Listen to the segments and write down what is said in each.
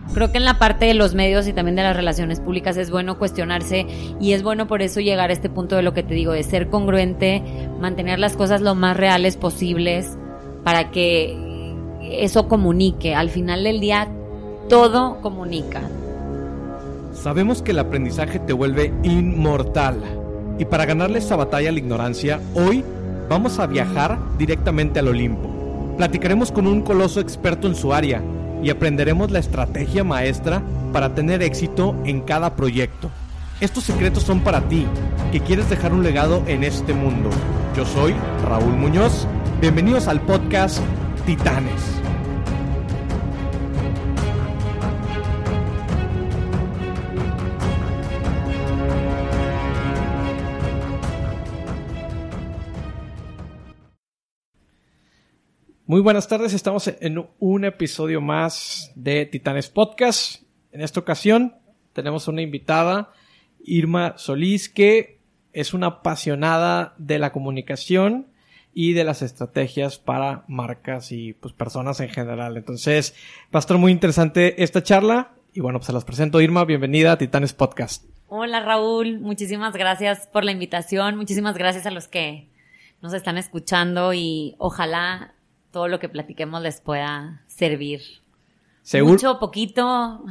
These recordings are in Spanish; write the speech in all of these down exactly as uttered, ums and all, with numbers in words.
creo que en la parte de los medios y también de las relaciones públicas es bueno cuestionarse y es bueno por eso llegar a este punto de lo que te digo, de ser congruente, mantener las cosas lo más reales posibles para que eso comunique. Al final del día, todo comunica. Sabemos que el aprendizaje te vuelve inmortal. Y para ganarle esa batalla a la ignorancia, hoy vamos a viajar directamente al Olimpo. Platicaremos con un coloso experto en su área y aprenderemos la estrategia maestra para tener éxito en cada proyecto. Estos secretos son para ti, que quieres dejar un legado en este mundo. Yo soy Raúl Muñoz. Bienvenidos al podcast Titanes. Muy buenas tardes, estamos en un episodio más de Titanes Podcast. En esta ocasión tenemos una invitada, Irma Solís, que es una apasionada de la comunicación y de las estrategias para marcas y pues personas en general. Entonces va a estar muy interesante esta charla y bueno, pues se las presento. Irma, bienvenida a Titanes Podcast. Hola Raúl, muchísimas gracias por la invitación, muchísimas gracias a los que nos están escuchando y ojalá todo lo que platiquemos les pueda servir. ¿Seguro? Mucho, poquito,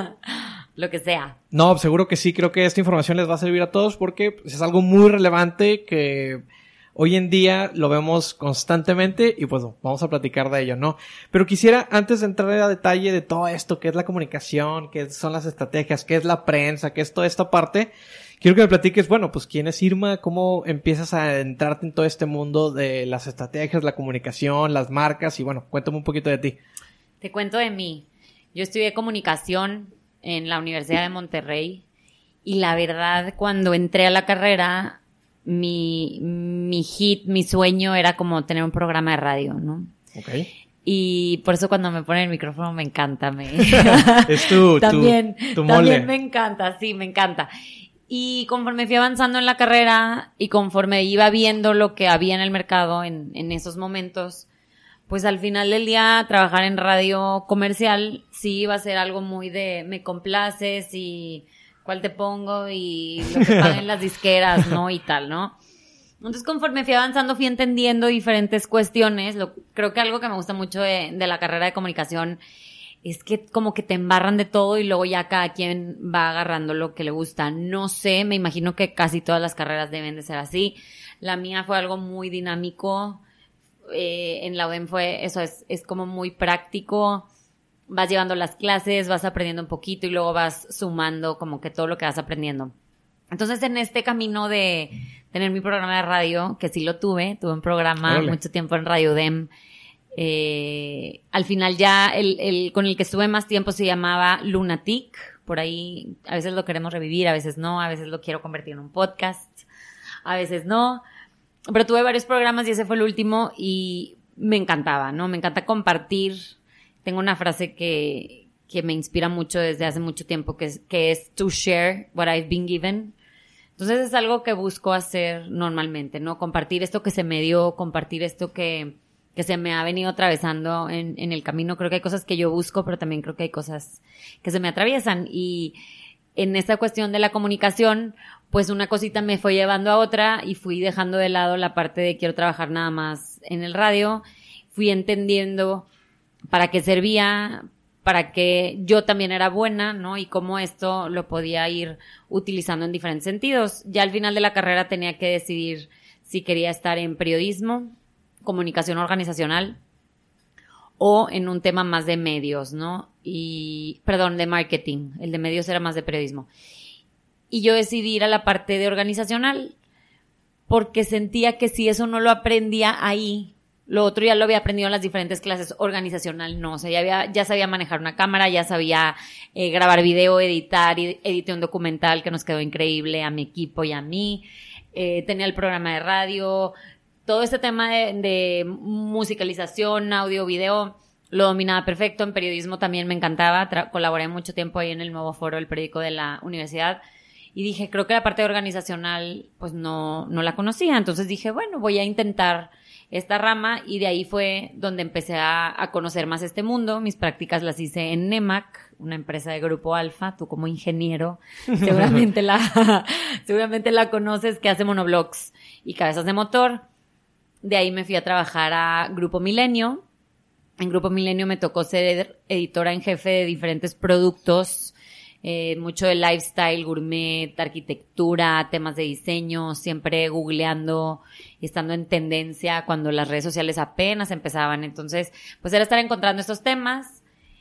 lo que sea. No, seguro que sí. Creo que esta información les va a servir a todos porque pues, es algo muy relevante que hoy en día lo vemos constantemente y pues vamos a platicar de ello, ¿no? Pero quisiera, antes de entrar a detalle de todo esto, qué es la comunicación, qué son las estrategias, qué es la prensa, qué es toda esta parte, quiero que me platiques, bueno, pues quién es Irma, cómo empiezas a entrarte en todo este mundo de las estrategias, la comunicación, las marcas y bueno, cuéntame un poquito de ti. Te cuento de mí. Yo estudié comunicación en la Universidad de Monterrey y la verdad cuando entré a la carrera mi, mi hit, mi sueño era como tener un programa de radio, ¿no? Okay. Y por eso cuando me ponen el micrófono me encanta. Me... es tu, también, tu, tu mole. También me encanta, sí, me encanta. Y conforme fui avanzando en la carrera y conforme iba viendo lo que había en el mercado en, en esos momentos, pues al final del día trabajar en radio comercial sí iba a ser algo muy de me complaces y cuál te pongo y lo que paguen las disqueras, ¿no? Y tal, ¿no? Entonces conforme fui avanzando fui entendiendo diferentes cuestiones. Lo, creo que algo que me gusta mucho de, de la carrera de comunicación es que como que te embarran de todo y luego ya cada quien va agarrando lo que le gusta. No sé, me imagino que casi todas las carreras deben de ser así. La mía fue algo muy dinámico. Eh, en la U D E M fue eso, es, es como muy práctico. Vas llevando las clases, vas aprendiendo un poquito y luego vas sumando como que todo lo que vas aprendiendo. Entonces en este camino de tener mi programa de radio, que sí lo tuve, tuve un programa Olé. mucho tiempo en Radio U D E M. Eh, al final ya el, el con el que estuve más tiempo se llamaba Lunatic, por ahí a veces lo queremos revivir, a veces no, a veces lo quiero convertir en un podcast, a veces no, pero tuve varios programas y ese fue el último y me encantaba, ¿no? Me encanta compartir. Tengo una frase que, que me inspira mucho desde hace mucho tiempo que es, que es to share what I've been given. Entonces es algo que busco hacer normalmente, ¿no? Compartir esto que se me dio, compartir esto que que se me ha venido atravesando en, en el camino. Creo que hay cosas que yo busco, pero también creo que hay cosas que se me atraviesan. Y en esta cuestión de la comunicación, pues una cosita me fue llevando a otra y fui dejando de lado la parte de quiero trabajar nada más en el radio. Fui entendiendo para qué servía, para qué yo también era buena, ¿no? Y cómo esto lo podía ir utilizando en diferentes sentidos. Ya al final de la carrera tenía que decidir si quería estar en periodismo, comunicación organizacional o en un tema más de medios, ¿no? Y, perdón, de marketing. El de medios era más de periodismo. Y yo decidí ir a la parte de organizacional porque sentía que si eso no lo aprendía ahí, lo otro ya lo había aprendido en las diferentes clases. Organizacional no, o sea, ya, había, ya sabía manejar una cámara, ya sabía eh, grabar video, editar, y edité un documental que nos quedó increíble a mi equipo y a mí. Eh, tenía el programa de radio. Todo este tema de, de musicalización, audio, video, lo dominaba perfecto. En periodismo también me encantaba. Tra- colaboré mucho tiempo ahí en el Nuevo Foro, el periódico de la universidad. Y dije, creo que la parte organizacional, pues no, no la conocía. Entonces dije, bueno, voy a intentar esta rama y de ahí fue donde empecé a, a conocer más este mundo. Mis prácticas las hice en Nemac, una empresa de Grupo Alfa. Tú como ingeniero seguramente la seguramente la conoces, que hace monoblocks y cabezas de motor. De ahí me fui a trabajar a Grupo Milenio. En Grupo Milenio me tocó ser editora en jefe de diferentes productos, eh, mucho de lifestyle, gourmet, arquitectura, temas de diseño, siempre googleando y estando en tendencia cuando las redes sociales apenas empezaban. Entonces, pues era estar encontrando estos temas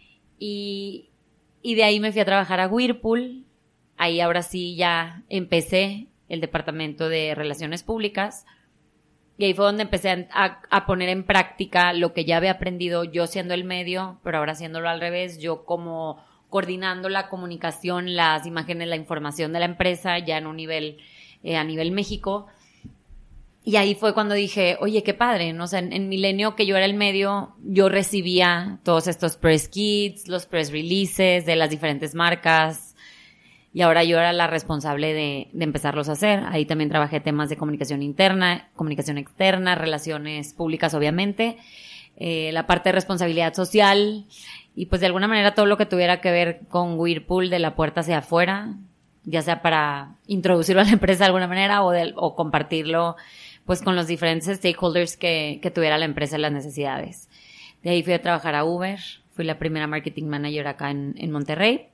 y, y de ahí me fui a trabajar a Whirlpool. Ahí ahora sí ya empecé el departamento de relaciones públicas. Y ahí fue donde empecé a, a poner en práctica lo que ya había aprendido yo siendo el medio, pero ahora haciéndolo al revés, yo como coordinando la comunicación, las imágenes, la información de la empresa ya en un nivel, eh, a nivel México. Y ahí fue cuando dije, oye, qué padre, ¿no? O sea, en, en Milenio, que yo era el medio, yo recibía todos estos press kits, los press releases de las diferentes marcas. Y ahora yo era la responsable de, de empezarlos a hacer. Ahí también trabajé temas de comunicación interna, comunicación externa, relaciones públicas, obviamente, eh, la parte de responsabilidad social y pues de alguna manera todo lo que tuviera que ver con Whirlpool de la puerta hacia afuera, ya sea para introducirlo a la empresa de alguna manera o, de, o compartirlo pues con los diferentes stakeholders que, que tuviera la empresa en las necesidades. De ahí fui a trabajar a Uber, fui la primera marketing manager acá en, en Monterrey.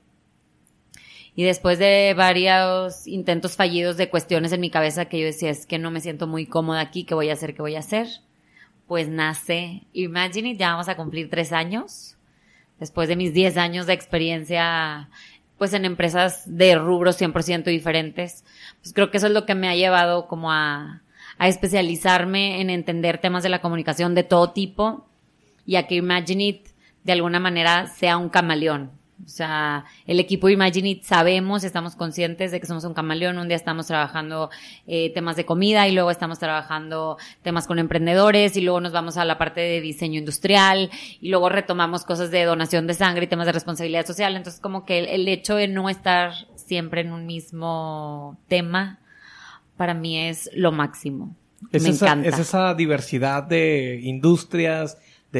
Y después de varios intentos fallidos de cuestiones en mi cabeza que yo decía, es que no me siento muy cómoda aquí, ¿qué voy a hacer? ¿Qué voy a hacer? Pues nace Imagine It, ya vamos a cumplir tres años. Después de mis diez años de experiencia, pues en empresas de rubros cien por ciento diferentes, pues creo que eso es lo que me ha llevado como a, a especializarme en entender temas de la comunicación de todo tipo y a que Imagine It de alguna manera sea un camaleón. O sea, el equipo Imagine It sabemos, estamos conscientes de que somos un camaleón. Un día estamos trabajando eh, temas de comida y luego estamos trabajando temas con emprendedores y luego nos vamos a la parte de diseño industrial y luego retomamos cosas de donación de sangre y temas de responsabilidad social. Entonces, como que el, el hecho de no estar siempre en un mismo tema, para mí es lo máximo. Es Me esa, encanta. Es esa diversidad de industrias,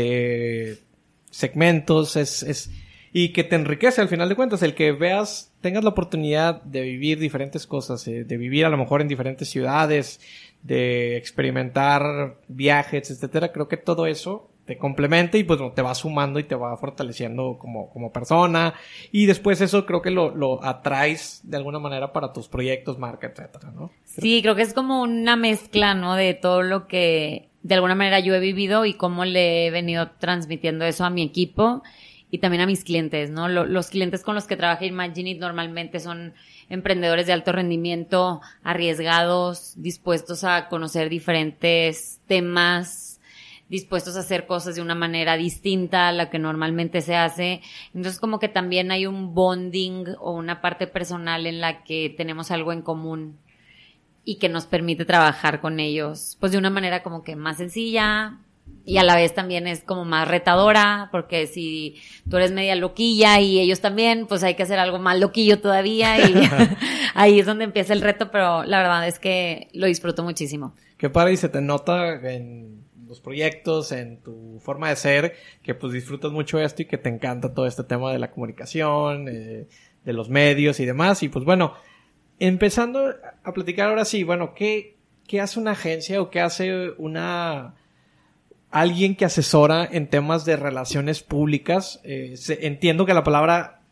de segmentos, es... es y que te enriquece al final de cuentas, el que veas, tengas la oportunidad de vivir diferentes cosas, eh, de vivir a lo mejor en diferentes ciudades, de experimentar viajes, etcétera. Creo que todo eso te complementa y pues te va sumando y te va fortaleciendo como, como persona. Y después eso creo que lo, lo atraes de alguna manera para tus proyectos, marca, etcétera, ¿no? Sí, creo que es como una mezcla, ¿no? De todo lo que de alguna manera yo he vivido y cómo le he venido transmitiendo eso a mi equipo. Y también a mis clientes, ¿no? Los clientes con los que trabaja Imagine It normalmente son emprendedores de alto rendimiento, arriesgados, dispuestos a conocer diferentes temas, dispuestos a hacer cosas de una manera distinta a la que normalmente se hace. Entonces, como que también hay un bonding o una parte personal en la que tenemos algo en común y que nos permite trabajar con ellos, pues de una manera como que más sencilla. Y a la vez también es como más retadora, porque si tú eres media loquilla y ellos también, pues hay que hacer algo más loquillo todavía y ahí es donde empieza el reto, pero la verdad es que lo disfruto muchísimo. Qué padre, y se te nota en los proyectos, en tu forma de ser, que pues disfrutas mucho esto y que te encanta todo este tema de la comunicación, eh, de los medios y demás. Y pues bueno, empezando a platicar ahora sí, bueno, ¿qué, qué hace una agencia o qué hace una... alguien que asesora en temas de relaciones públicas? Eh, se, entiendo que la palabra,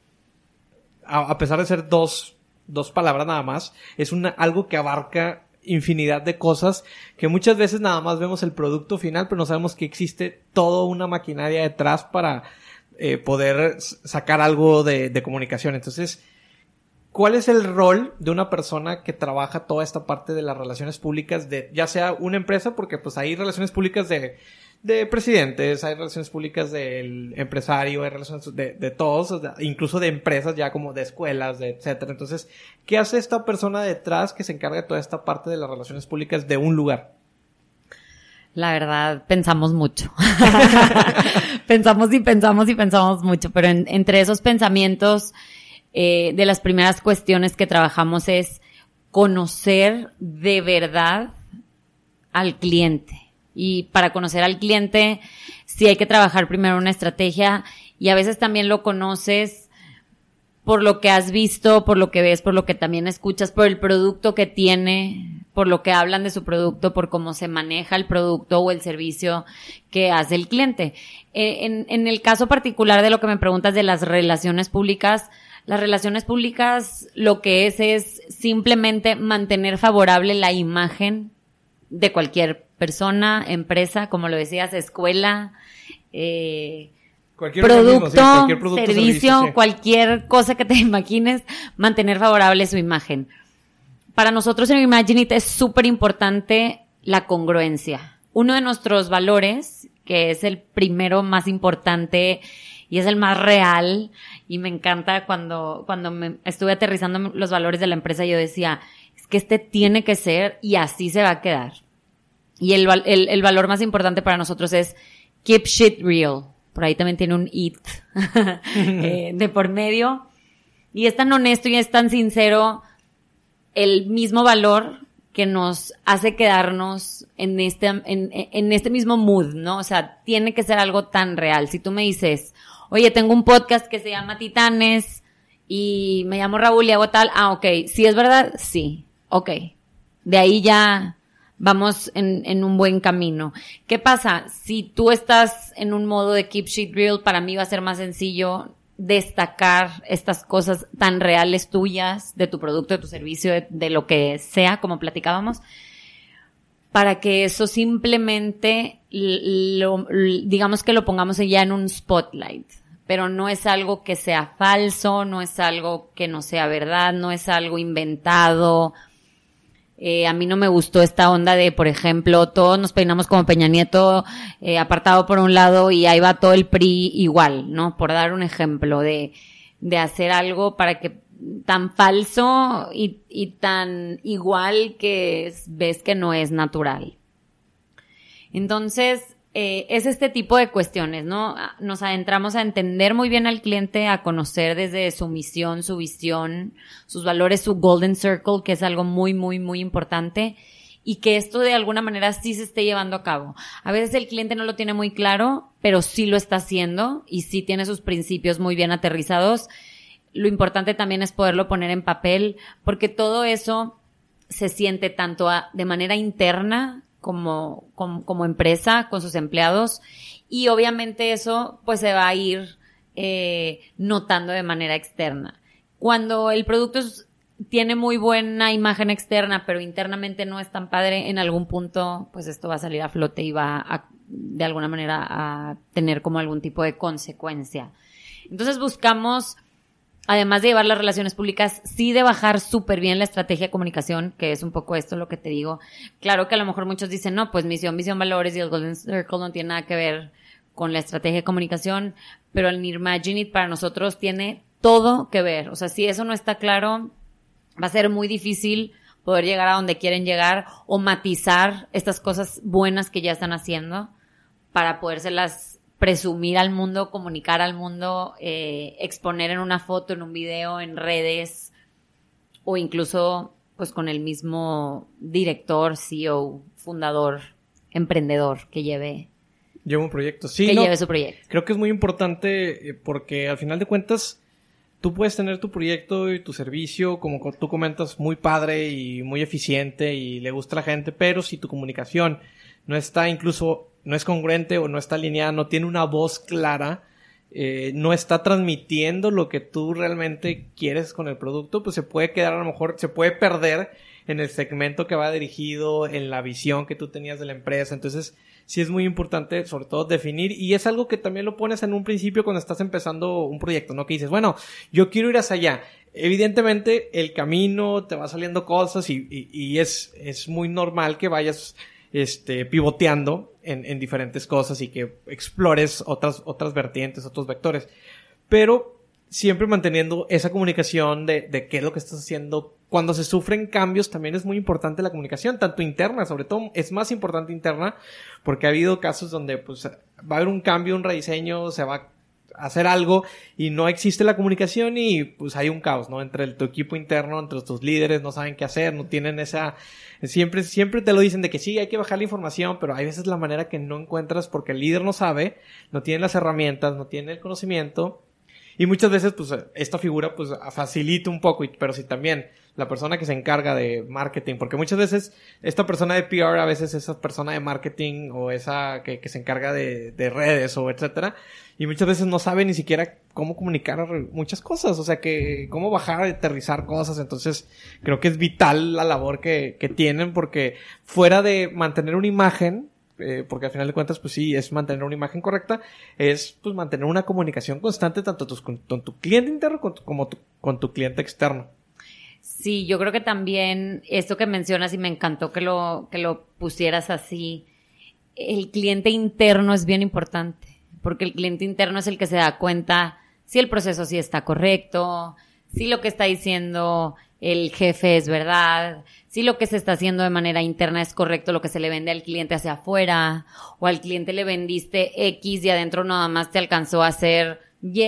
a, a pesar de ser dos, dos palabras nada más, es una, algo que abarca infinidad de cosas que muchas veces nada más vemos el producto final, pero no sabemos que existe toda una maquinaria detrás para eh, poder sacar algo de, de comunicación. Entonces, ¿cuál es el rol de una persona que trabaja toda esta parte de las relaciones públicas de, ya sea una empresa, porque pues hay relaciones públicas de de presidentes, hay relaciones públicas del empresario, hay relaciones de, de todos, o sea, incluso de empresas ya como de escuelas, de etcétera. Entonces, ¿qué hace esta persona detrás que se encarga de toda esta parte de las relaciones públicas de un lugar? La verdad, pensamos mucho. Pensamos y pensamos y pensamos mucho, pero en, entre esos pensamientos, eh, de las primeras cuestiones que trabajamos es conocer de verdad al cliente. Y para conocer al cliente, sí hay que trabajar primero una estrategia y a veces también lo conoces por lo que has visto, por lo que ves, por lo que también escuchas, por el producto que tiene, por lo que hablan de su producto, por cómo se maneja el producto o el servicio que hace el cliente. Eh, en, en el caso particular de lo que me preguntas de las relaciones públicas, las relaciones públicas lo que es es simplemente mantener favorable la imagen de cualquier persona, empresa, como lo decías, escuela, eh, Cualquier producto, organismo, sí, cualquier producto, servicio, servicio, sí. Cualquier cosa que te imagines, mantener favorable su imagen. Para nosotros en Imagine It es súper importante la congruencia. Uno de nuestros valores, que es el primero más importante y es el más real, y me encanta cuando, cuando me estuve aterrizando los valores de la empresa, yo decía, es que este tiene que ser y así se va a quedar. Y el, el, el valor más importante para nosotros es keep shit real. Por ahí también tiene un it eh, de por medio. Y es tan honesto y es tan sincero el mismo valor que nos hace quedarnos en este, en, en este mismo mood, ¿no? O sea, tiene que ser algo tan real. Si tú me dices, oye, tengo un podcast que se llama Titanes y me llamo Raúl y hago tal, ah, ok. ¿Sí es verdad? Sí. Ok. De ahí ya vamos en, en un buen camino. ¿Qué pasa? Si tú estás en un modo de keep shit real, para mí va a ser más sencillo destacar estas cosas tan reales tuyas, de tu producto, de tu servicio, de, de lo que sea, como platicábamos, para que eso simplemente, lo, digamos que lo pongamos ya en un spotlight. Pero no es algo que sea falso, no es algo que no sea verdad, no es algo inventado. Eh, a mí no me gustó esta onda de, por ejemplo, todos nos peinamos como Peña Nieto, eh, apartado por un lado y ahí va todo el P R I igual, ¿no? Por dar un ejemplo de, de hacer algo para que tan falso y, y tan igual que es, ves que no es natural. Entonces, eh, es este tipo de cuestiones, ¿no? Nos adentramos a entender muy bien al cliente, a conocer desde su misión, su visión, sus valores, su golden circle, que es algo muy, muy, muy importante, y que esto de alguna manera sí se esté llevando a cabo. A veces el cliente no lo tiene muy claro, pero sí lo está haciendo y sí tiene sus principios muy bien aterrizados. Lo importante también es poderlo poner en papel, porque todo eso se siente tanto a, de manera interna como, como, como empresa, con sus empleados, y obviamente eso pues se va a ir eh, notando de manera externa. Cuando el producto es, tiene muy buena imagen externa, pero internamente no es tan padre, en algún punto pues esto va a salir a flote y va a, de alguna manera a tener como algún tipo de consecuencia. Entonces buscamos, además de llevar las relaciones públicas, sí de bajar súper bien la estrategia de comunicación, que es un poco esto lo que te digo. Claro que a lo mejor muchos dicen, no, pues misión, visión, valores y el Golden Circle no tiene nada que ver con la estrategia de comunicación, pero el Imagine It para nosotros tiene todo que ver. O sea, si eso no está claro, va a ser muy difícil poder llegar a donde quieren llegar o matizar estas cosas buenas que ya están haciendo para podérselas presumir al mundo, comunicar al mundo, eh, exponer en una foto, en un video, en redes, o incluso pues con el mismo director, C E O, fundador, emprendedor que lleve, lleve un proyecto. Sí, que no, lleve su proyecto. Creo que es muy importante porque al final de cuentas tú puedes tener tu proyecto y tu servicio, como tú comentas, muy padre y muy eficiente y le gusta a la gente, pero si tu comunicación no está incluso, no es congruente o no está alineada, no tiene una voz clara, eh, no está transmitiendo lo que tú realmente quieres con el producto, pues se puede quedar, a lo mejor se puede perder en el segmento que va dirigido, en la visión que tú tenías de la empresa. Entonces sí es muy importante sobre todo definir, y es algo que también lo pones en un principio cuando estás empezando un proyecto, ¿no? Que dices, bueno, yo quiero ir hacia allá. Evidentemente el camino te va saliendo cosas y, y, y es, es muy normal que vayas este, pivoteando en, en diferentes cosas y que explores otras, otras vertientes, otros vectores. Pero siempre manteniendo esa comunicación de, de qué es lo que estás haciendo. Cuando se sufren cambios también es muy importante la comunicación, tanto interna, sobre todo es más importante interna, porque ha habido casos donde pues va a haber un cambio, un rediseño, se va hacer algo y no existe la comunicación y pues hay un caos, ¿no? Entre el, tu equipo interno, entre tus líderes, no saben qué hacer, no tienen esa... Siempre, siempre te lo dicen de que sí, hay que bajar la información, pero hay veces la manera que no encuentras porque el líder no sabe, no tiene las herramientas, no tiene el conocimiento. Y muchas veces, pues, esta figura, pues, facilita un poco, pero si también la persona que se encarga de marketing, porque muchas veces esta persona de P R, a veces esa persona de marketing o esa que, que se encarga de, de redes o etcétera, y muchas veces no sabe ni siquiera cómo comunicar muchas cosas, o sea, que cómo bajar, aterrizar cosas. Entonces, creo que es vital la labor que, que tienen, porque fuera de mantener una imagen, Eh, porque al final de cuentas, pues sí, es mantener una imagen correcta, es pues mantener una comunicación constante tanto tus, con, con tu cliente interno con tu, como tu, con tu cliente externo. Sí, yo creo que también esto que mencionas, y me encantó que lo, que lo pusieras así, el cliente interno es bien importante, porque el cliente interno es el que se da cuenta si el proceso sí está correcto, si lo que está diciendo el jefe es verdad, si lo que se está haciendo de manera interna es correcto, lo que se le vende al cliente hacia afuera, o al cliente le vendiste X y adentro nada más te alcanzó a hacer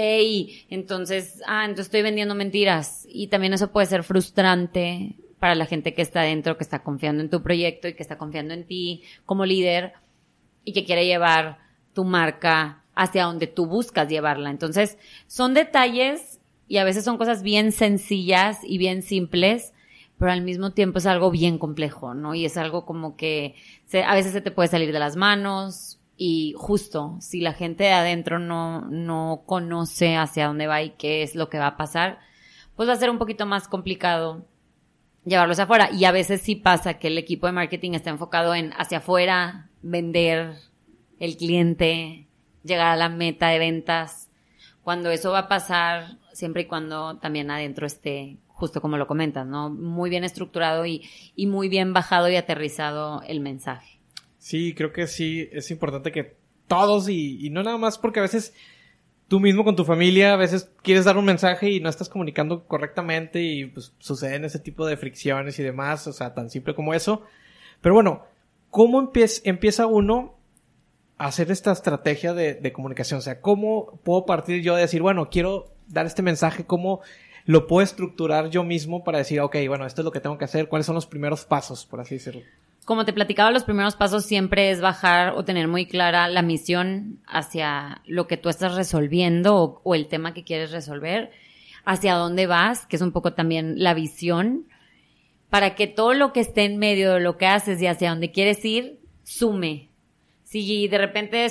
Y, entonces, ah, entonces estoy vendiendo mentiras. Y también eso puede ser frustrante para la gente que está adentro, que está confiando en tu proyecto y que está confiando en ti como líder y que quiere llevar tu marca hacia donde tú buscas llevarla. Entonces, son detalles y a veces son cosas bien sencillas y bien simples, pero al mismo tiempo es algo bien complejo, ¿no? Y es algo como que se, a veces se te puede salir de las manos y justo, si la gente de adentro no, no conoce hacia dónde va y qué es lo que va a pasar, pues va a ser un poquito más complicado llevarlos afuera. Y a veces sí pasa que el equipo de marketing está enfocado en hacia afuera, vender el cliente, llegar a la meta de ventas, cuando eso va a pasar siempre y cuando también adentro esté, justo como lo comentas, ¿no? Muy bien estructurado y, y muy bien bajado y aterrizado el mensaje. Sí, creo que sí, es importante que todos y, y no nada más porque a veces tú mismo con tu familia a veces quieres dar un mensaje y no estás comunicando correctamente y pues suceden ese tipo de fricciones y demás, o sea, tan simple como eso. Pero bueno, ¿cómo empieza, empieza uno a hacer esta estrategia de, de comunicación? O sea, ¿cómo puedo partir yo de decir, bueno, quiero dar este mensaje, cómo lo puedo estructurar yo mismo para decir, ok, bueno, esto es lo que tengo que hacer, cuáles son los primeros pasos, por así decirlo? Como te platicaba, los primeros pasos siempre es bajar o tener muy clara la misión hacia lo que tú estás resolviendo o, o el tema que quieres resolver, hacia dónde vas, que es un poco también la visión, para que todo lo que esté en medio de lo que haces y hacia dónde quieres ir, sume. Si de repente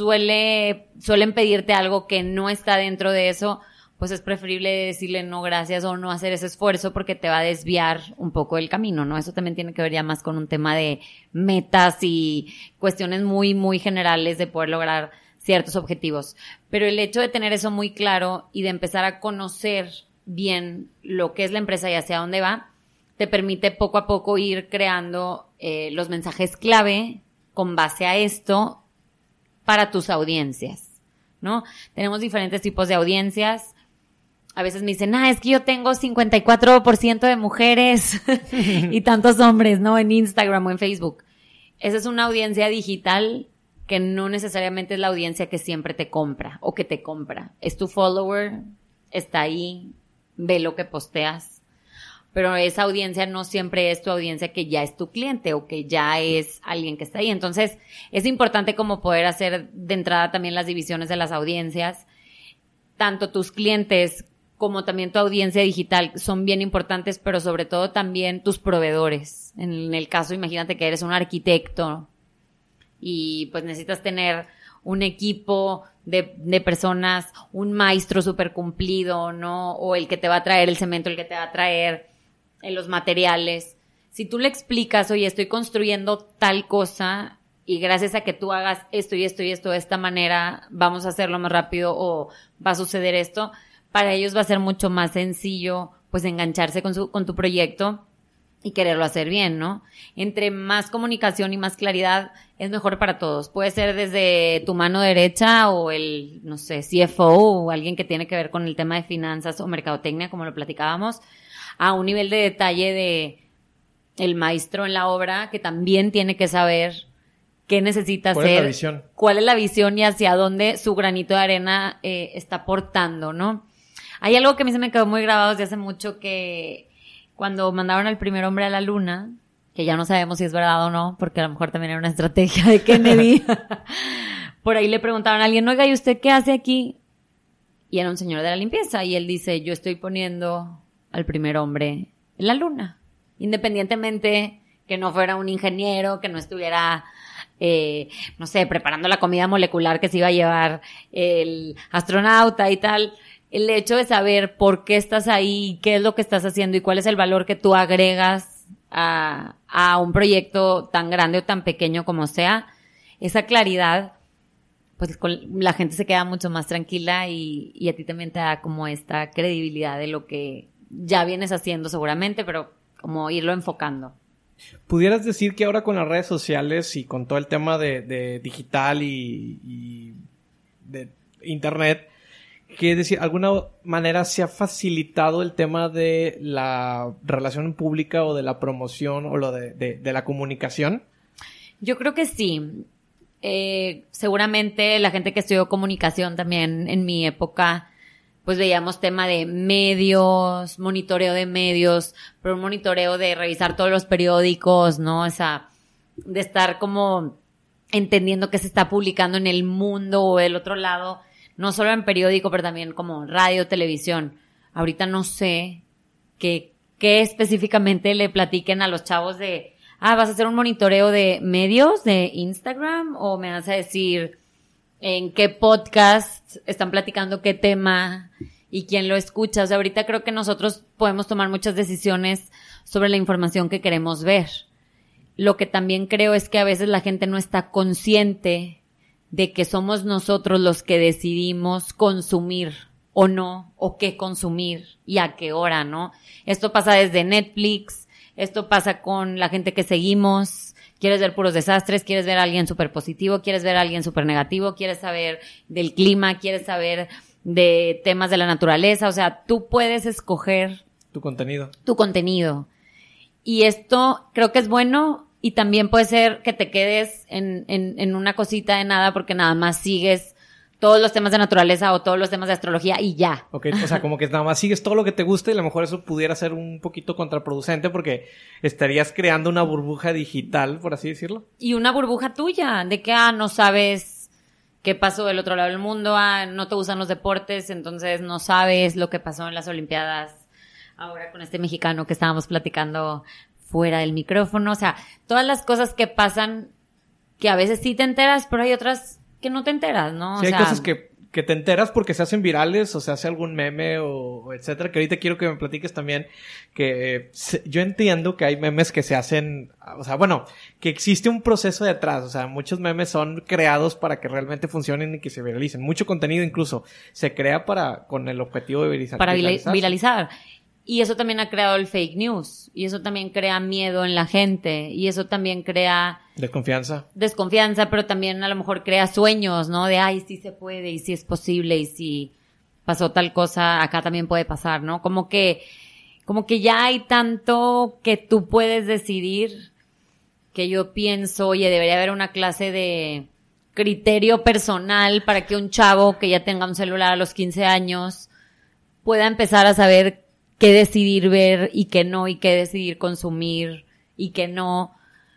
suele, suelen pedirte algo que no está dentro de eso, pues es preferible decirle no gracias o no hacer ese esfuerzo porque te va a desviar un poco el camino, ¿no? Eso también tiene que ver ya más con un tema de metas y cuestiones muy, muy generales de poder lograr ciertos objetivos. Pero el hecho de tener eso muy claro y de empezar a conocer bien lo que es la empresa y hacia dónde va, te permite poco a poco ir creando eh, los mensajes clave con base a esto para tus audiencias, ¿no? Tenemos diferentes tipos de audiencias. A veces me dicen, ah, es que yo tengo cincuenta y cuatro por ciento de mujeres y tantos hombres, ¿no? En Instagram o en Facebook. Esa es una audiencia digital que no necesariamente es la audiencia que siempre te compra o que te compra. Es tu follower, está ahí, ve lo que posteas. Pero esa audiencia no siempre es tu audiencia que ya es tu cliente o que ya es alguien que está ahí. Entonces, es importante como poder hacer de entrada también las divisiones de las audiencias. Tanto tus clientes como también tu audiencia digital son bien importantes, pero sobre todo también tus proveedores. En el caso, imagínate que eres un arquitecto y pues necesitas tener un equipo de, de personas, un maestro súper cumplido, ¿no? O el que te va a traer el cemento, el que te va a traer en los materiales. Si tú le explicas, oye, estoy construyendo tal cosa y gracias a que tú hagas esto y esto y esto de esta manera, vamos a hacerlo más rápido o va a suceder esto, para ellos va a ser mucho más sencillo pues engancharse con su, con tu proyecto y quererlo hacer bien, ¿no? Entre más comunicación y más claridad es mejor para todos. Puede ser desde tu mano derecha o el, no sé, C F O o alguien que tiene que ver con el tema de finanzas o mercadotecnia, como lo platicábamos, a un nivel de detalle de el maestro en la obra que también tiene que saber qué necesita ¿Cuál hacer, es la visión? cuál es la visión y hacia dónde su granito de arena eh, está aportando, ¿no? Hay algo que a mí se me quedó muy grabado desde hace mucho, que cuando mandaron al primer hombre a la luna, que ya no sabemos si es verdad o no, porque a lo mejor también era una estrategia de Kennedy, por ahí le preguntaron a alguien, oiga, ¿y usted qué hace aquí? Y era un señor de la limpieza, y él dice, yo estoy poniendo al primer hombre en la luna, independientemente que no fuera un ingeniero, que no estuviera, eh, no sé, preparando la comida molecular que se iba a llevar el astronauta y tal. El hecho de saber por qué estás ahí, qué es lo que estás haciendo y cuál es el valor que tú agregas a, a un proyecto tan grande o tan pequeño como sea, esa claridad, pues con, la gente se queda mucho más tranquila y, y a ti también te da como esta credibilidad de lo que ya vienes haciendo seguramente, pero como irlo enfocando. ¿Pudieras decir que ahora con las redes sociales y con todo el tema de, de digital y, y de internet, que decir, de alguna manera se ha facilitado el tema de la relación pública o de la promoción o lo de, de, de la comunicación? Yo creo que sí. Eh, seguramente la gente que estudió comunicación también en mi época, pues veíamos tema de medios, monitoreo de medios, pero un monitoreo de revisar todos los periódicos, ¿no? O sea, de estar como entendiendo qué se está publicando en el mundo o del otro lado, no solo en periódico, pero también como radio, televisión. Ahorita no sé qué, qué específicamente le platiquen a los chavos de, ah, ¿vas a hacer un monitoreo de medios, de Instagram? ¿O me vas a decir en qué podcast están platicando qué tema y quién lo escucha? O sea, ahorita creo que nosotros podemos tomar muchas decisiones sobre la información que queremos ver. Lo que también creo es que a veces la gente no está consciente de que somos nosotros los que decidimos consumir o no, o qué consumir y a qué hora, ¿no? Esto pasa desde Netflix, esto pasa con la gente que seguimos. Quieres ver puros desastres, quieres ver a alguien súper positivo, quieres ver a alguien súper negativo, quieres saber del clima, quieres saber de temas de la naturaleza. O sea, tú puedes escoger tu contenido. Tu contenido. Y esto creo que es bueno. Y también puede ser que te quedes en, en, en una cosita de nada porque nada más sigues todos los temas de naturaleza o todos los temas de astrología y ya. Ok, o sea, como que nada más sigues todo lo que te gusta y a lo mejor eso pudiera ser un poquito contraproducente porque estarías creando una burbuja digital, por así decirlo. Y una burbuja tuya, de que, ah, no sabes qué pasó del otro lado del mundo, ah, no te gustan los deportes, entonces no sabes lo que pasó en las Olimpiadas ahora con este mexicano que estábamos platicando fuera del micrófono. O sea, todas las cosas que pasan que a veces sí te enteras, pero hay otras que no te enteras, ¿no? Sí, o hay sea, cosas que, que te enteras porque se hacen virales o se hace algún meme o, o etcétera, que ahorita quiero que me platiques también que eh, se, yo entiendo que hay memes que se hacen, o sea, bueno, que existe un proceso detrás, o sea, muchos memes son creados para que realmente funcionen y que se viralicen. Mucho contenido incluso se crea para, con el objetivo de viralizar. Para viralizar. Y eso también ha creado el fake news. Y eso también crea miedo en la gente. Y eso también crea... Desconfianza. Desconfianza, pero también a lo mejor crea sueños, ¿no? De, ay, sí se puede, y sí es posible, y si pasó tal cosa, acá también puede pasar, ¿no? Como que, como que ya hay tanto que tú puedes decidir, que yo pienso, oye, debería haber una clase de criterio personal para que un chavo que ya tenga un celular a los quince años pueda empezar a saber qué decidir ver y qué no, y qué decidir consumir y qué no,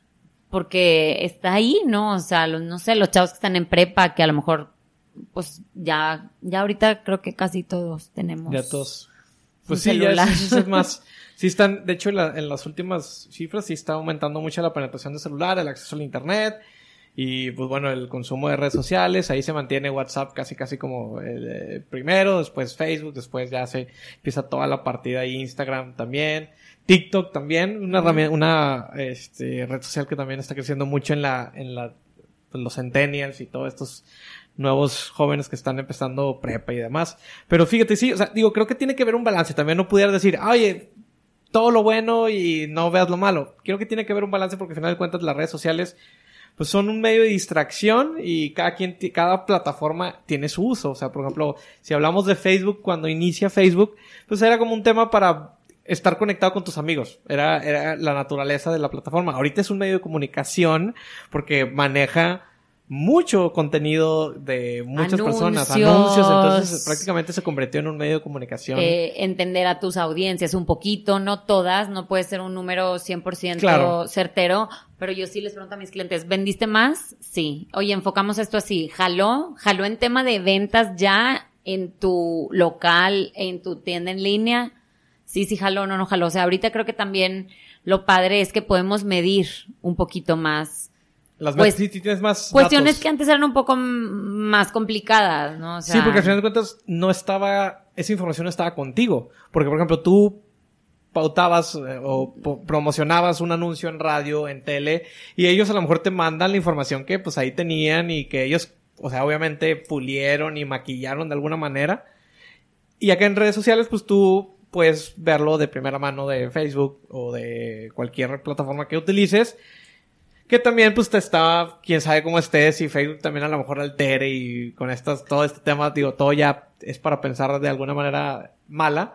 porque está ahí, ¿no? O sea, los, no sé, los chavos que están en prepa, que a lo mejor, pues ya, ya ahorita creo que casi todos tenemos. Ya todos. Pues sí, celular. Ya es, es más, sí están, de hecho en, la, en las últimas cifras sí está aumentando mucho la penetración de celular, el acceso al internet. Y pues bueno, el consumo de redes sociales, ahí se mantiene WhatsApp casi casi como el, el primero, después Facebook, después ya se empieza toda la partida ahí, Instagram también, TikTok también, una uh-huh. una este red social que también está creciendo mucho en la en la pues, los centennials y todos estos nuevos jóvenes que están empezando prepa y demás. Pero fíjate, sí, o sea, digo, creo que tiene que haber un balance, también no pudiera decir, oye, todo lo bueno y no veas lo malo. Creo que tiene que haber un balance porque al final de cuentas las redes sociales pues son un medio de distracción y cada quien, cada plataforma tiene su uso. O sea, por ejemplo, si hablamos de Facebook, cuando inicia Facebook, pues era como un tema para estar conectado con tus amigos. Era, era la naturaleza de la plataforma. Ahorita es un medio de comunicación porque maneja mucho contenido de muchas anuncios, personas, anuncios, entonces prácticamente se convirtió en un medio de comunicación. Eh, entender a tus audiencias un poquito, no todas, no puede ser un número cien por ciento claro. certero, pero yo sí les pregunto a mis clientes, ¿vendiste más? Sí. Oye, enfocamos esto así, ¿jaló? ¿Jaló en tema de ventas ya en tu local, en tu tienda en línea? Sí, sí jaló, no, no jaló. O sea, ahorita creo que también lo padre es que podemos medir un poquito más. Las pues, sí, tienes más cuestiones datos. Que antes eran un poco más complicadas, ¿no? O sea, sí, porque al final de cuentas no estaba, esa información no estaba contigo. Porque, por ejemplo, tú pautabas eh, o po- promocionabas un anuncio en radio, en tele, y ellos a lo mejor te mandan la información que pues ahí tenían y que ellos, o sea, obviamente pulieron y maquillaron de alguna manera. Y acá en redes sociales, pues tú puedes verlo de primera mano de Facebook o de cualquier plataforma que utilices. Que también, pues, te está, quién sabe cómo estés, y Facebook también a lo mejor altere, y con estas, todo este tema, digo, todo ya es para pensar de alguna manera mala.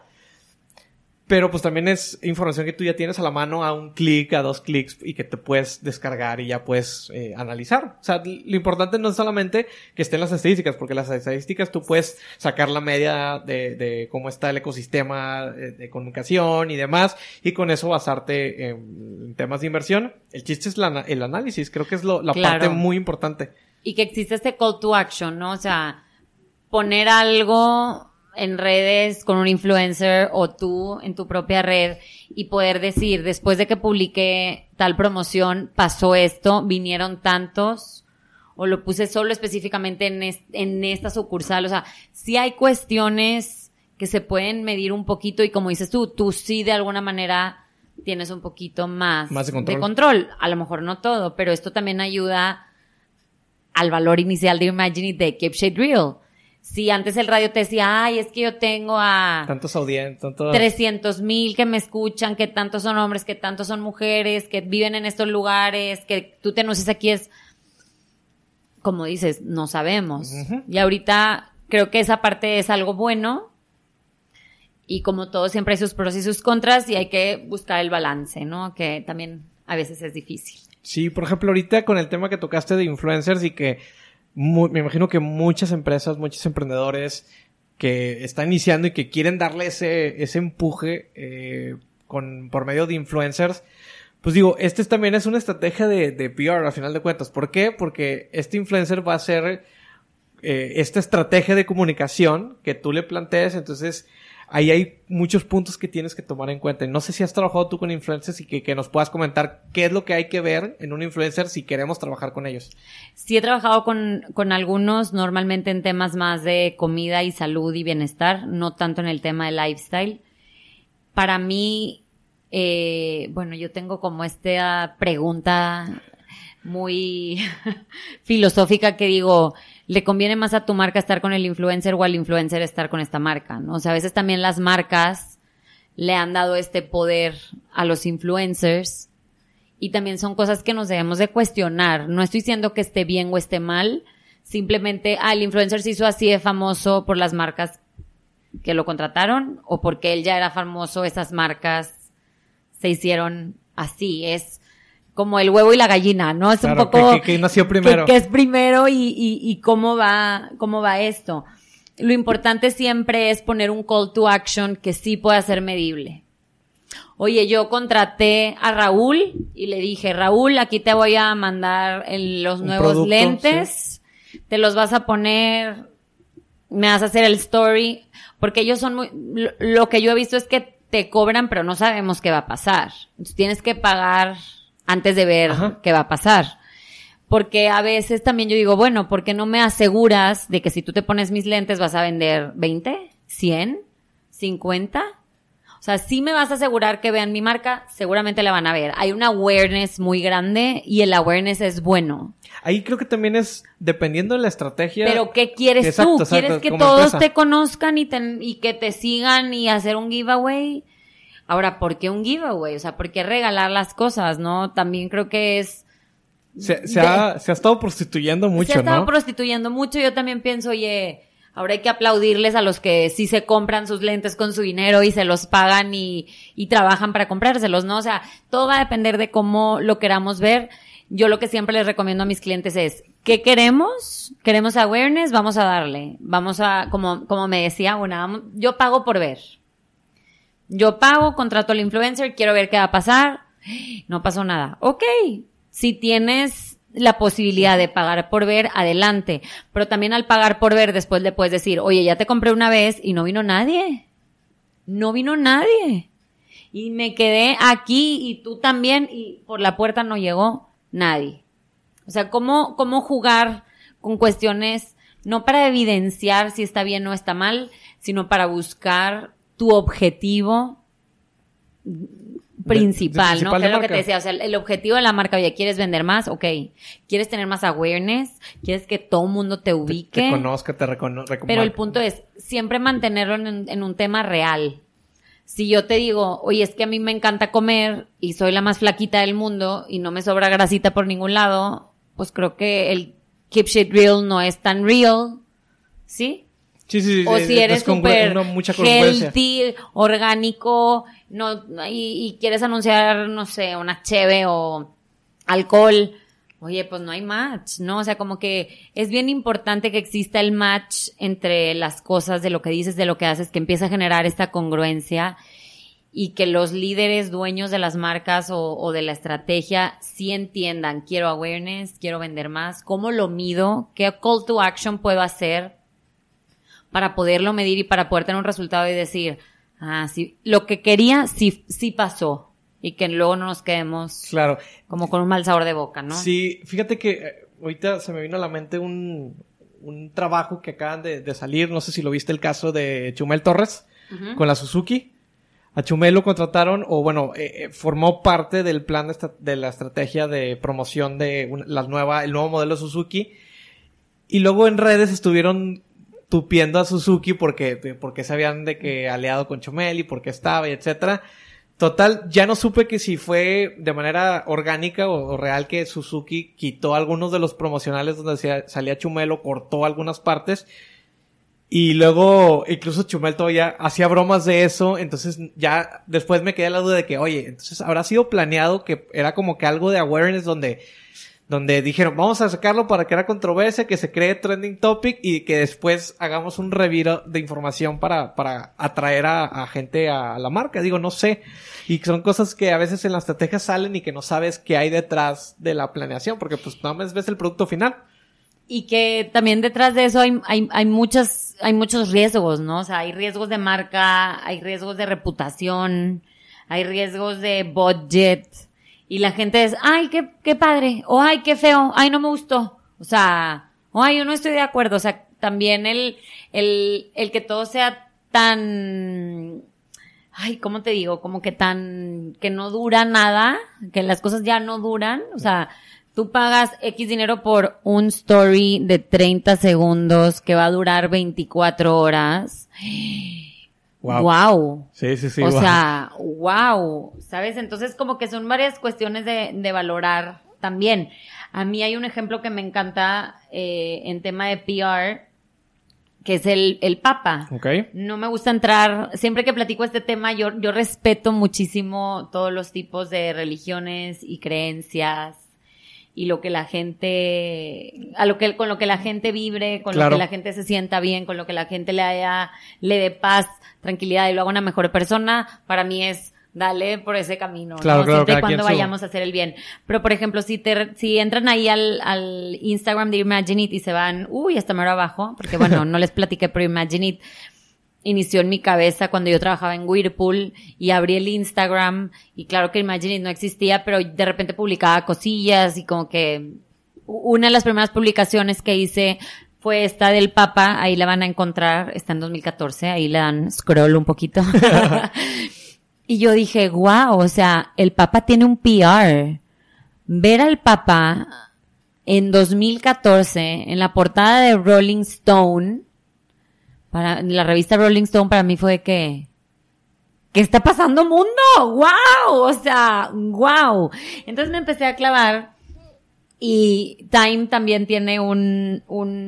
Pero, pues, también es información que tú ya tienes a la mano a un clic, a dos clics, y que te puedes descargar y ya puedes eh, analizar. O sea, lo importante no es solamente que estén las estadísticas, porque las estadísticas tú puedes sacar la media de, de cómo está el ecosistema de, de comunicación y demás, y con eso basarte en, en temas de inversión. El chiste es la, el análisis, creo que es lo, la claro. parte muy importante. Y que existe este call to action, ¿no? O sea, poner algo en redes con un influencer o tú en tu propia red y poder decir, después de que publiqué tal promoción, pasó esto, vinieron tantos, o lo puse solo específicamente en, est- en esta sucursal. O sea, sí hay cuestiones que se pueden medir un poquito y como dices tú, tú sí de alguna manera tienes un poquito más, más de, control. de control. A lo mejor no todo, pero esto también ayuda al valor inicial de Imagine It de Keep Shade Real. Si antes el radio te decía, ay, es que yo tengo a tantos audiencias, tantos trescientos mil que me escuchan, que tantos son hombres, que tantos son mujeres, que viven en estos lugares, que tú te anuncias aquí, es como dices, no sabemos. Uh-huh. Y ahorita creo que esa parte es algo bueno y como todo siempre hay sus pros y sus contras y hay que buscar el balance, ¿no? Que también a veces es difícil. Sí, por ejemplo, ahorita con el tema que tocaste de influencers y que Muy, me imagino que muchas empresas, muchos emprendedores que están iniciando y que quieren darle ese, ese empuje eh, con, por medio de influencers, pues digo, este también es una estrategia de, de P R al final de cuentas. ¿Por qué? Porque este influencer va a ser eh, esta estrategia de comunicación que tú le plantees, entonces ahí hay muchos puntos que tienes que tomar en cuenta. No sé si has trabajado tú con influencers y que, que nos puedas comentar qué es lo que hay que ver en un influencer si queremos trabajar con ellos. Sí he trabajado con, con algunos, normalmente en temas más de comida y salud y bienestar, no tanto en el tema de lifestyle. Para mí, eh, bueno, yo tengo como esta pregunta muy filosófica que digo, ¿le conviene más a tu marca estar con el influencer o al influencer estar con esta marca? ¿No? O sea, a veces también las marcas le han dado este poder a los influencers y también son cosas que nos debemos de cuestionar. No estoy diciendo que esté bien o esté mal, simplemente, ah, el influencer se hizo así de famoso por las marcas que lo contrataron o porque él ya era famoso, esas marcas se hicieron así. Es como el huevo y la gallina, ¿no? Es claro, un poco que, que, que nació primero. Que, que es primero y, y, y cómo va, cómo va esto. Lo importante siempre es poner un call to action que sí pueda ser medible. Oye, yo contraté a Raúl y le dije, Raúl, aquí te voy a mandar el, los un nuevos producto, lentes, sí. Te los vas a poner, me vas a hacer el story, porque ellos son muy, lo, lo que yo he visto es que te cobran, pero no sabemos qué va a pasar. Entonces tienes que pagar antes de ver Ajá. qué va a pasar. Porque a veces también yo digo, bueno, ¿por qué no me aseguras de que si tú te pones mis lentes vas a vender veinte, cien, cincuenta? O sea, si me vas a asegurar que vean mi marca, seguramente la van a ver. Hay un awareness muy grande y el awareness es bueno. Ahí creo que también es dependiendo de la estrategia. Pero ¿qué quieres exacto, tú? Exacto, ¿quieres que todos empresa. te conozcan y, te, y que te sigan y hacer un giveaway? Ahora, ¿por qué un giveaway? O sea, ¿por qué regalar las cosas, no? También creo que es... Se, se, de, ha, se ha estado prostituyendo mucho, ¿no? Se ha estado ¿no? prostituyendo mucho. Yo también pienso, oye, Ahora hay que aplaudirles a los que sí se compran sus lentes con su dinero y se los pagan y, y trabajan para comprárselos, ¿no? O sea, todo va a depender de cómo lo queramos ver. Yo lo que siempre les recomiendo a mis clientes es, ¿qué queremos? ¿Queremos awareness? Vamos a darle. Vamos a, como, como me decía una, vamos, yo pago por ver. Yo pago, contrato al influencer, quiero ver qué va a pasar. No pasó nada. Ok, si tienes la posibilidad de pagar por ver, adelante. Pero también al pagar por ver, después le puedes decir, oye, ya te compré una vez y no vino nadie. No vino nadie. Y me quedé aquí y tú también y por la puerta no llegó nadie. O sea, ¿cómo, cómo jugar con cuestiones no para evidenciar si está bien o está mal, sino para buscar tu objetivo principal, de, de ¿no? Que es lo que te decía, o sea, el objetivo de la marca, oye, ¿quieres vender más? Ok. ¿Quieres tener más awareness? ¿Quieres que todo el mundo te ubique? Te, te conozca, te reconozca. Pero el punto es siempre mantenerlo en, en un tema real. Si yo te digo, oye, es que a mí me encanta comer y soy la más flaquita del mundo y no me sobra grasita por ningún lado, pues creo que el keep shit real no es tan real, ¿sí? Sí, sí, sí. O si eres súper healthy, orgánico, no, y, y quieres anunciar, no sé, una cheve o alcohol, oye, pues no hay match, ¿no? O sea, como que es bien importante que exista el match entre las cosas de lo que dices, de lo que haces, que empieza a generar esta congruencia y que los líderes dueños de las marcas o, o de la estrategia sí entiendan, quiero awareness, quiero vender más, ¿cómo lo mido? ¿Qué call to action puedo hacer para poderlo medir y para poder tener un resultado y decir, ah, sí, lo que quería sí, sí pasó y que luego no nos quedemos claro, como con un mal sabor de boca, ¿no? Sí, fíjate que eh, ahorita se me vino a la mente un, un trabajo que acaban de, de salir, no sé si lo viste, el caso de Chumel Torres uh-huh. con la Suzuki. A Chumel lo contrataron, o bueno, eh, formó parte del plan de, esta, de la estrategia de promoción de una, la nueva, el nuevo modelo Suzuki. Y luego en redes estuvieron tupiendo a Suzuki porque, porque se habían de que aliado con Chumel y porque estaba y etcétera. Total, ya no supe que si fue de manera orgánica o, o real que Suzuki quitó algunos de los promocionales donde se, salía Chumel o cortó algunas partes. Y luego, incluso Chumel todavía hacía bromas de eso, entonces ya después me quedé la duda de que, oye, entonces habrá sido planeado que era como que algo de awareness donde, donde dijeron, vamos a sacarlo para crear controversia, que se cree trending topic y que después hagamos un reviro de información para, para atraer a, a gente a la marca. Digo, no sé. Y son cosas que a veces en la estrategia salen y que no sabes qué hay detrás de la planeación, porque pues nada más ves el producto final. Y que también detrás de eso hay, hay, hay muchas, hay muchos riesgos, ¿no? O sea, hay riesgos de marca, hay riesgos de reputación, hay riesgos de budget. Y la gente es, ay, qué, qué padre, o ay, qué feo, ay, no me gustó. O sea, o ay, yo no estoy de acuerdo. O sea, también el, el, el que todo sea tan, ay, ¿cómo te digo? Como que tan, que no dura nada, que las cosas ya no duran. O sea, tú pagas X dinero por un story de treinta segundos que va a durar veinticuatro horas. Wow. Wow. Sí, sí, sí. O wow. sea, wow. ¿Sabes? Entonces como que son varias cuestiones de, de valorar también. A mí hay un ejemplo que me encanta eh, en tema de P R, que es el, el Papa. Okay. No me gusta entrar, siempre que platico este tema, yo, yo respeto muchísimo todos los tipos de religiones y creencias. Y lo que la gente, a lo que, con lo que la gente vibre, con claro. lo que la gente se sienta bien, con lo que la gente le haya, le dé paz, tranquilidad y lo haga una mejor persona, para mí es, dale por ese camino, claro, ¿no? Claro, siempre y cuando su... vayamos a hacer el bien. Pero, por ejemplo, si te, si entran ahí al, al Instagram de Imagine It y se van, uy, hasta mero abajo, porque bueno, no les platiqué, pero Imagine It inició en mi cabeza cuando yo trabajaba en Whirlpool y abrí el Instagram y claro que Imagine It no existía, pero de repente publicaba cosillas y como que una de las primeras publicaciones que hice fue esta del Papa, ahí la van a encontrar, está en dos mil catorce, ahí le dan scroll un poquito. Y yo dije, wow, o sea, el Papa tiene un P R. Ver al Papa en dos mil catorce en la portada de Rolling Stone, para la revista Rolling Stone, para mí fue de que, ¿qué está pasando mundo? ¡Wow! O sea, ¡wow! Entonces me empecé a clavar Y Time también tiene un,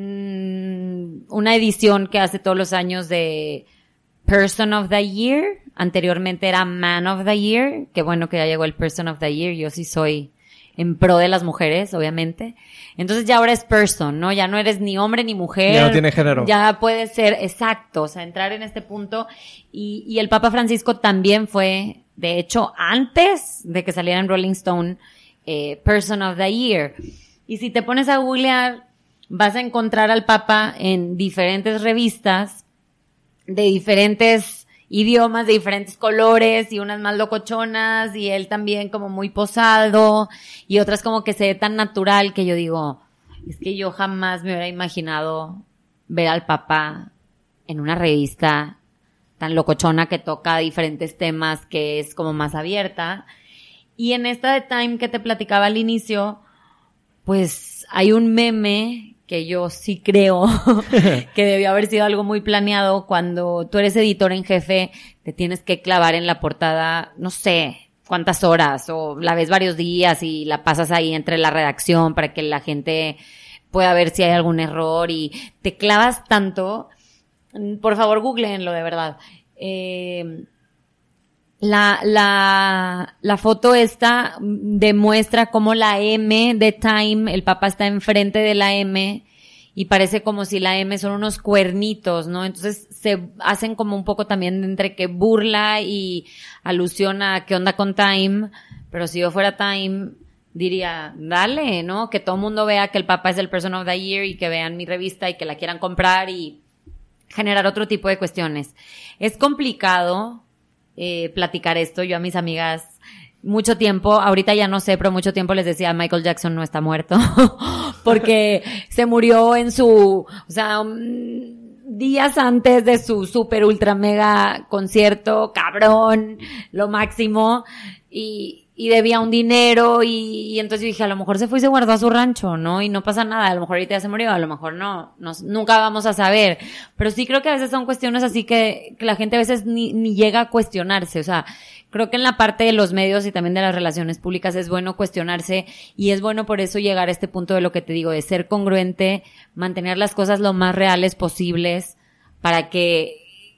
un, una edición que hace todos los años de Person of the Year. Anteriormente era Man of the Year. Qué bueno que ya llegó el Person of the Year. Yo sí soy en pro de las mujeres, obviamente. Entonces ya ahora es person, ¿no? Ya no eres ni hombre ni mujer. Ya no tiene género. Ya puede ser, exacto, o sea, entrar en este punto. Y, y el Papa Francisco también fue, de hecho, antes de que saliera en Rolling Stone, eh, Person of the Year. Y si te pones a googlear, vas a encontrar al Papa en diferentes revistas de diferentes idiomas, de diferentes colores, y unas más locochonas, y él también como muy posado, y otras como que se ve tan natural que yo digo, es que yo jamás me hubiera imaginado ver al Papa en una revista tan locochona que toca diferentes temas, que es como más abierta. Y en esta de Time que te platicaba al inicio, pues hay un meme que yo sí creo que debió haber sido algo muy planeado. Cuando tú eres editor en jefe, te tienes que clavar en la portada, no sé cuántas horas, o la ves varios días y la pasas ahí entre la redacción para que la gente pueda ver si hay algún error, y te clavas tanto. Por favor, googleenlo, de verdad. Eh, La, la, la foto esta demuestra cómo la M de Time, el Papa está enfrente de la M y parece como si la M son unos cuernitos, ¿no? Entonces se hacen como un poco también entre que burla y alusión a qué onda con Time, pero si yo fuera Time diría, dale, ¿no? Que todo el mundo vea que el Papa es el Person of the Year y que vean mi revista y que la quieran comprar y generar otro tipo de cuestiones. Es complicado Eh, platicar esto. Yo a mis amigas mucho tiempo, ahorita ya no sé, pero mucho tiempo les decía, Michael Jackson no está muerto porque se murió en su, o sea, um, días antes de su super ultra mega concierto, cabrón, lo máximo, y y debía un dinero, y, y entonces yo dije, a lo mejor se fue y se guardó a su rancho, ¿no? Y no pasa nada, a lo mejor ahorita ya se murió, a lo mejor no, no nunca vamos a saber. Pero sí creo que a veces son cuestiones así que, que la gente a veces ni, ni llega a cuestionarse. O sea, creo que en la parte de los medios y también de las relaciones públicas es bueno cuestionarse, y es bueno por eso llegar a este punto de lo que te digo, de ser congruente, mantener las cosas lo más reales posibles para que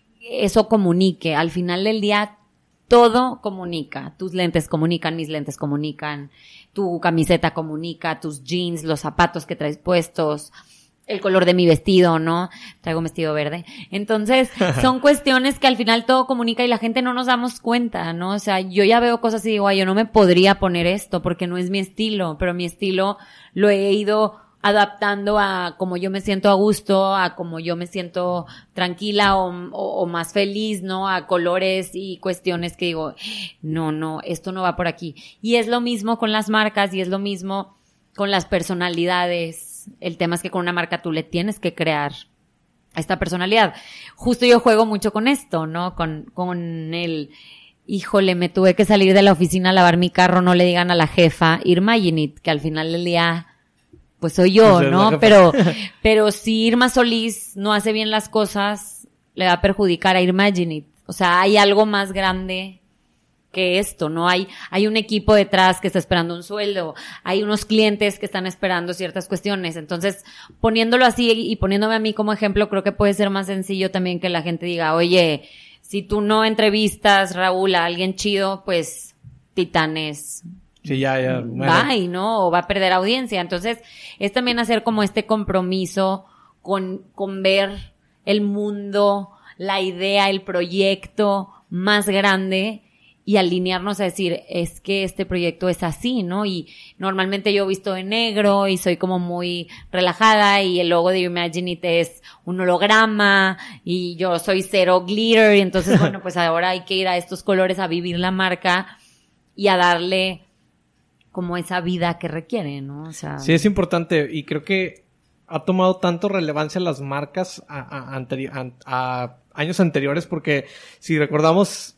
eso comunique. Al final del día, todo comunica. Tus lentes comunican, mis lentes comunican, tu camiseta comunica, tus jeans, los zapatos que traes puestos, el color de mi vestido, ¿no? Traigo un vestido verde. Entonces, son cuestiones que al final todo comunica y la gente no nos damos cuenta, ¿no? O sea, yo ya veo cosas y digo, ay, yo no me podría poner esto porque no es mi estilo, pero mi estilo lo he ido adaptando a como yo me siento a gusto, a como yo me siento tranquila o, o, o más feliz, ¿no? A colores y cuestiones que digo, no, no, esto no va por aquí. Y es lo mismo con las marcas, y es lo mismo con las personalidades. El tema es que con una marca tú le tienes que crear esta personalidad. Justo yo juego mucho con esto, ¿no? Con, con el, híjole, me tuve que salir de la oficina a lavar mi carro, no le digan a la jefa, imagine it, que al final del día pues soy yo, pues ¿no? Pero, pero si Irma Solís no hace bien las cosas, le va a perjudicar a Imagine It. O sea, hay algo más grande que esto, ¿no? Hay, hay un equipo detrás que está esperando un sueldo, hay unos clientes que están esperando ciertas cuestiones. Entonces, poniéndolo así y poniéndome a mí como ejemplo, creo que puede ser más sencillo también que la gente diga, oye, si tú no entrevistas, Raúl, a alguien chido, pues Titanes, sí, ya, ya. Bye, ¿no? O va a perder audiencia. Entonces, es también hacer como este compromiso con, con ver el mundo, la idea, el proyecto más grande, y alinearnos a decir, es que este proyecto es así, ¿no? Y normalmente yo visto de negro y soy como muy relajada, y el logo de Imagine It es un holograma y yo soy cero glitter, y entonces, bueno, pues ahora hay que ir a estos colores a vivir la marca y a darle como esa vida que requiere, ¿no? O sea, sí, es importante, y creo que ha tomado tanto relevancia las marcas a, a, anteri- a, a años anteriores, porque si recordamos,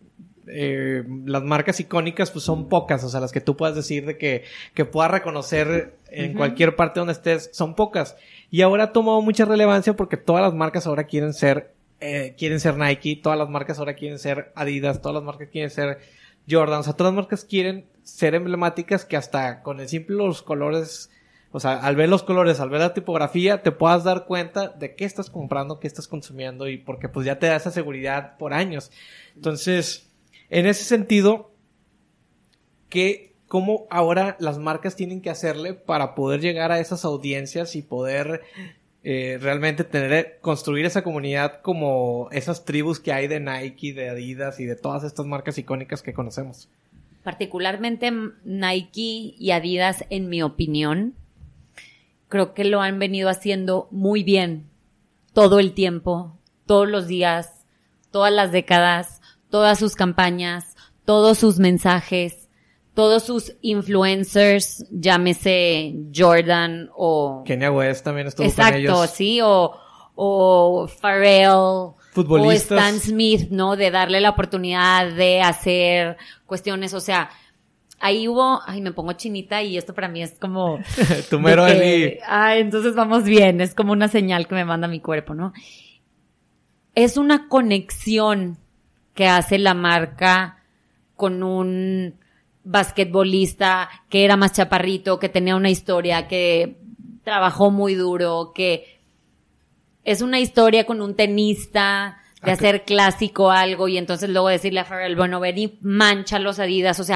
eh, las marcas icónicas pues son pocas, o sea, las que tú puedas decir de que, que puedas reconocer en uh-huh. cualquier parte donde estés, son pocas. Y ahora ha tomado mucha relevancia porque todas las marcas ahora quieren ser, eh, quieren ser Nike, todas las marcas ahora quieren ser Adidas, todas las marcas quieren ser Jordan, o sea, todas las marcas quieren ser emblemáticas que hasta con el simple los colores, o sea, al ver los colores, al ver la tipografía, te puedas dar cuenta de qué estás comprando, qué estás consumiendo, y porque pues ya te da esa seguridad por años. Entonces, en ese sentido, ¿qué, cómo ahora las marcas tienen que hacerle para poder llegar a esas audiencias y poder eh, realmente tener, construir esa comunidad como esas tribus que hay de Nike, de Adidas y de todas estas marcas icónicas que conocemos? Particularmente Nike y Adidas, en mi opinión, creo que lo han venido haciendo muy bien todo el tiempo, todos los días, todas las décadas, todas sus campañas, todos sus mensajes, todos sus influencers, llámese Jordan o... Kanye West también estuvo Exacto, con ellos. sí, o, o Pharrell, futbolistas. o Stan Smith, ¿no? De darle la oportunidad de hacer cuestiones, o sea, ahí hubo, ay, me pongo chinita y esto para mí es como... Tu mero que, ay, entonces vamos bien, es como una señal que me manda mi cuerpo, ¿no? Es una conexión que hace la marca con un basquetbolista que era más chaparrito, que tenía una historia, que trabajó muy duro, que es una historia con un tenista de Ah, hacer clásico algo y entonces luego decirle a Pharrell, bueno, ven y mancha los Adidas, o sea,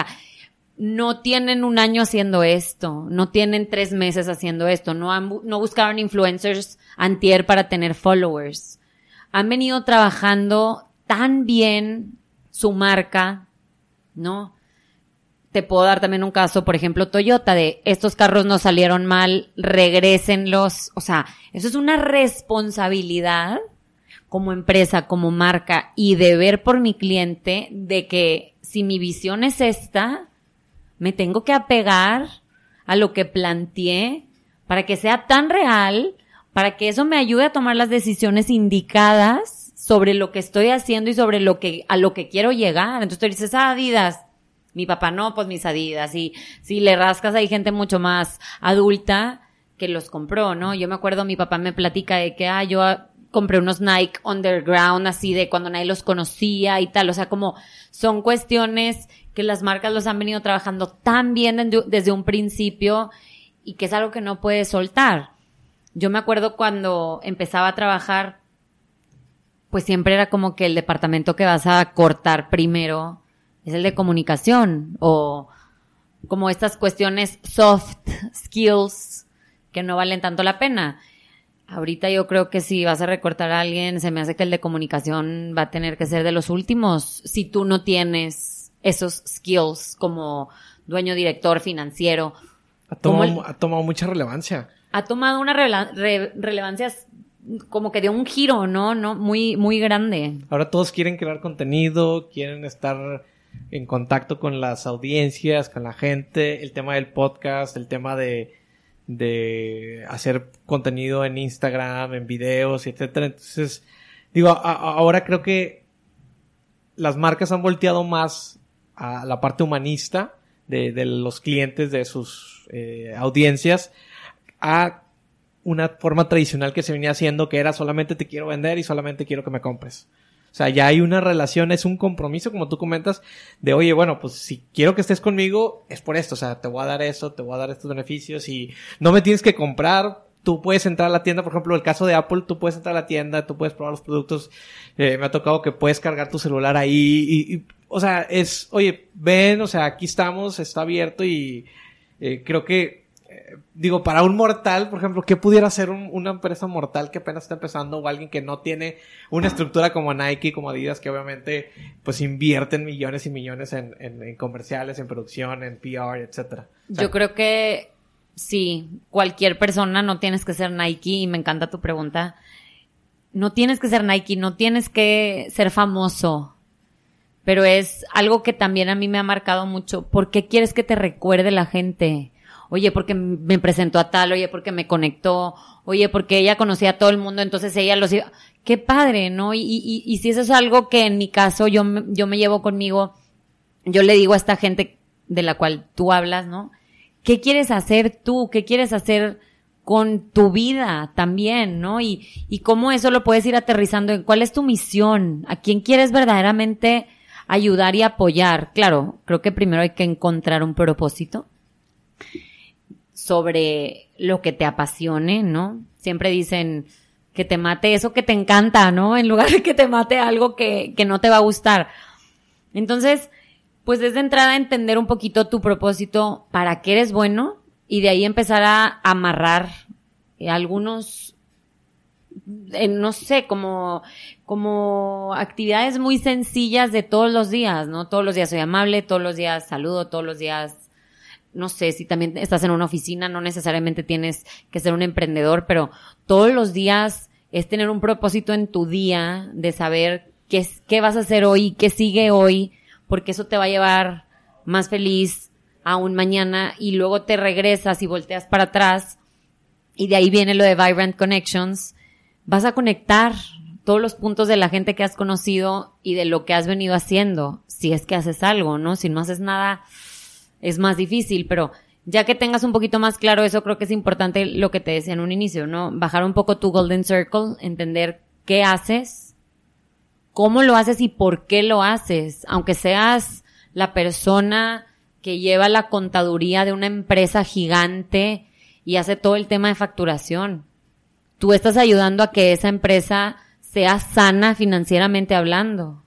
no tienen un año haciendo esto, no tienen tres meses haciendo esto, no han, no buscaron influencers antier para tener followers. Han venido trabajando tan bien su marca, ¿no? Te puedo dar también un caso, por ejemplo, Toyota, de estos carros no salieron mal, regrésenlos. O sea, eso es una responsabilidad como empresa, como marca, y deber por mi cliente de que si mi visión es esta, me tengo que apegar a lo que planteé para que sea tan real, para que eso me ayude a tomar las decisiones indicadas sobre lo que estoy haciendo y sobre lo que, a lo que quiero llegar. Entonces tú dices, ah, Adidas. Mi papá no, pues mis Adidas. Y si le rascas, hay gente mucho más adulta que los compró, ¿no? Yo me acuerdo, mi papá me platica de que, ah, yo compré unos Nike Underground, así de cuando nadie los conocía y tal. O sea, como son cuestiones que las marcas los han venido trabajando tan bien desde un principio y que es algo que no puedes soltar. Yo me acuerdo cuando empezaba a trabajar, pues siempre era como que el departamento que vas a cortar primero es el de comunicación, o como estas cuestiones soft skills que no valen tanto la pena. Ahorita yo creo que si vas a recortar a alguien, se me hace que el de comunicación va a tener que ser de los últimos, si tú no tienes esos skills como dueño, director, financiero. Ha tomado, el, ha tomado mucha relevancia. Ha tomado una rele- re- relevancia como que de un giro, ¿no? ¿no? Muy, muy grande. Ahora todos quieren crear contenido, quieren estar en contacto con las audiencias, con la gente, el tema del podcast, el tema de, de hacer contenido en Instagram, en videos, etcétera. Entonces, digo, a, a, ahora creo que las marcas han volteado más a la parte humanista de, de los clientes, de sus eh, audiencias, a una forma tradicional que se venía haciendo, que era solamente te quiero vender y solamente quiero que me compres. O sea, ya hay una relación, es un compromiso, como tú comentas, de oye, bueno, pues si quiero que estés conmigo, es por esto, o sea, te voy a dar eso, te voy a dar estos beneficios y no me tienes que comprar. Tú puedes entrar a la tienda, por ejemplo, el caso de Apple, tú puedes entrar a la tienda, tú puedes probar los productos, eh, me ha tocado que puedes cargar tu celular ahí y, y o sea, es, oye, ven, o sea, aquí estamos, está abierto y eh, creo que digo, para un mortal, por ejemplo, ¿qué pudiera hacer un, una empresa mortal que apenas está empezando o alguien que no tiene una estructura como Nike, como Adidas, que obviamente pues invierten millones y millones en, en, en comerciales, en producción, en P R, etcétera? O sea, yo creo que sí, cualquier persona, no tienes que ser Nike, y me encanta tu pregunta, no tienes que ser Nike, no tienes que ser famoso, pero es algo que también a mí me ha marcado mucho. ¿Por qué quieres que te recuerde la gente? Oye, porque me presentó a tal, oye, porque me conectó, oye, porque ella conocía a todo el mundo, entonces ella los iba... ¡Qué padre!, ¿no? Y, y, y si eso es algo que en mi caso yo, yo me llevo conmigo, yo le digo a esta gente de la cual tú hablas, ¿no? ¿Qué quieres hacer tú? ¿Qué quieres hacer con tu vida también, ¿no? Y, y cómo eso lo puedes ir aterrizando en cuál es tu misión, a quién quieres verdaderamente ayudar y apoyar. Claro, creo que primero hay que encontrar un propósito sobre lo que te apasione, ¿no? Siempre dicen que te mate eso que te encanta, ¿no? En lugar de que te mate algo que, que no te va a gustar. Entonces, pues desde entrada entender un poquito tu propósito, para qué eres bueno, y de ahí empezar a amarrar algunos, eh, no sé, como, como actividades muy sencillas de todos los días, ¿no? Todos los días soy amable, todos los días saludo, todos los días, no sé, si también estás en una oficina, no necesariamente tienes que ser un emprendedor, pero todos los días es tener un propósito en tu día de saber qué, qué vas a hacer hoy, qué sigue hoy, porque eso te va a llevar más feliz aún mañana, y luego te regresas y volteas para atrás, y de ahí viene lo de Vibrant Connections. Vas a conectar todos los puntos de la gente que has conocido y de lo que has venido haciendo, si es que haces algo, ¿no? Si no haces nada, es más difícil, pero ya que tengas un poquito más claro eso, creo que es importante lo que te decía en un inicio, ¿no? Bajar un poco tu Golden Circle, entender qué haces, cómo lo haces y por qué lo haces. Aunque seas la persona que lleva la contaduría de una empresa gigante y hace todo el tema de facturación, tú estás ayudando a que esa empresa sea sana financieramente hablando.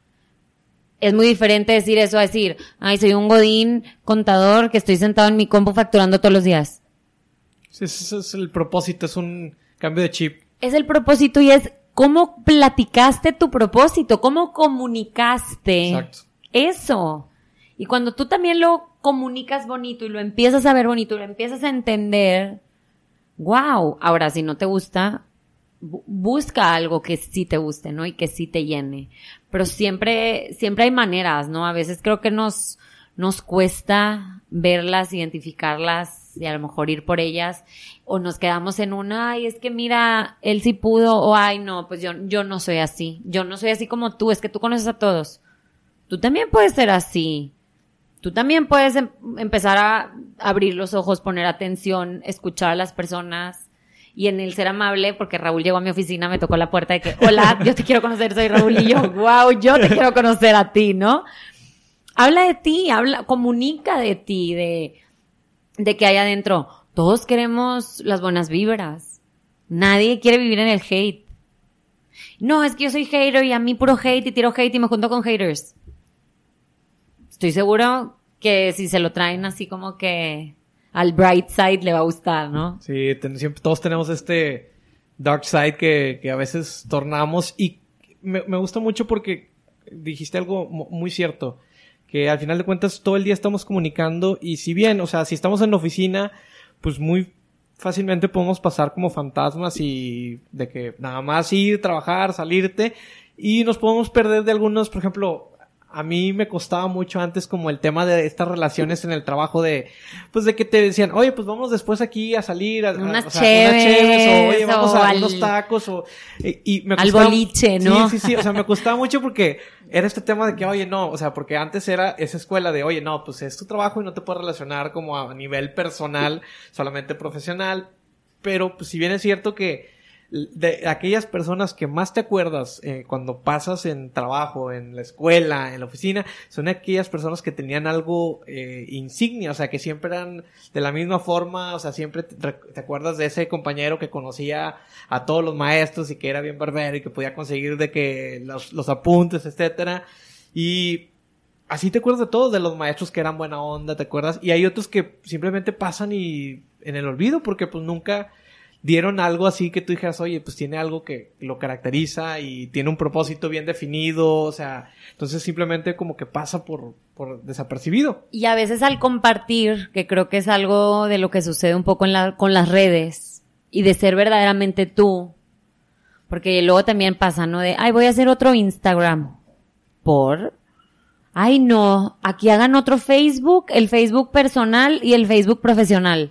Es muy diferente decir eso a decir, ay, soy un godín contador que estoy sentado en mi compu facturando todos los días. Sí, ese es el propósito, es un cambio de chip. Es el propósito y es cómo platicaste tu propósito, cómo comunicaste. Exacto. Eso. Y cuando tú también lo comunicas bonito y lo empiezas a ver bonito y lo empiezas a entender, wow. Ahora, si no te gusta, bu- busca algo que sí te guste, ¿no? Y que sí te llene. Pero siempre, siempre hay maneras, ¿no? A veces creo que nos, nos cuesta verlas, identificarlas y a lo mejor ir por ellas, o nos quedamos en una, ay, es que mira, él sí pudo, o ay, no, pues yo, yo no soy así. Yo no soy así como tú, es que tú conoces a todos. Tú también puedes ser así. Tú también puedes em- empezar a abrir los ojos, poner atención, escuchar a las personas. Y en el ser amable, porque Raúl llegó a mi oficina, me tocó la puerta de que, hola, yo te quiero conocer, soy Raúl, y yo, wow, yo te quiero conocer a ti, ¿no? Habla de ti, habla, comunica de ti, de, de que hay adentro. Todos queremos las buenas vibras. Nadie quiere vivir en el hate. No, es que yo soy hater y a mí puro hate y tiro hate y me junto con haters. Estoy seguro que si se lo traen así como que al bright side le va a gustar, ¿no? Sí, ten, siempre, todos tenemos este dark side que, que a veces tornamos, y me, me gusta mucho porque dijiste algo muy cierto, que al final de cuentas todo el día estamos comunicando, y si bien, o sea, si estamos en la oficina, pues muy fácilmente podemos pasar como fantasmas y de que nada más ir, trabajar, salirte, y nos podemos perder de algunos, por ejemplo, a mí me costaba mucho antes como el tema de estas relaciones en el trabajo de, pues de que te decían, oye, pues vamos después aquí a salir, a, unas a, o sea, cheves, unas cheves, o oye, vamos o a al, unos tacos, o, y, y me al costaba, boliche, ¿no? Sí, sí, sí, o sea, me costaba mucho porque era este tema de que, oye, no, o sea, porque antes era esa escuela de, oye, no, pues es tu trabajo y no te puedes relacionar como a nivel personal, solamente profesional, pero pues si bien es cierto que de aquellas personas que más te acuerdas eh, cuando pasas en trabajo, en la escuela, en la oficina, son aquellas personas que tenían algo eh, insignia, o sea, que siempre eran de la misma forma, o sea, siempre te, te acuerdas de ese compañero que conocía a todos los maestros y que era bien barbero y que podía conseguir de que los, los apuntes, etcétera, y así te acuerdas de todos, de los maestros que eran buena onda, ¿te acuerdas? Y hay otros que simplemente pasan y en el olvido porque pues nunca dieron algo así que tú dijeras, oye, pues tiene algo que lo caracteriza y tiene un propósito bien definido, o sea, entonces simplemente como que pasa por, por desapercibido. Y a veces al compartir, que creo que es algo de lo que sucede un poco en la, con las redes, y de ser verdaderamente tú, porque luego también pasa, ¿no? De, ay, voy a hacer otro Instagram. ¿Por? Ay, no, aquí hagan otro Facebook, el Facebook personal y el Facebook profesional.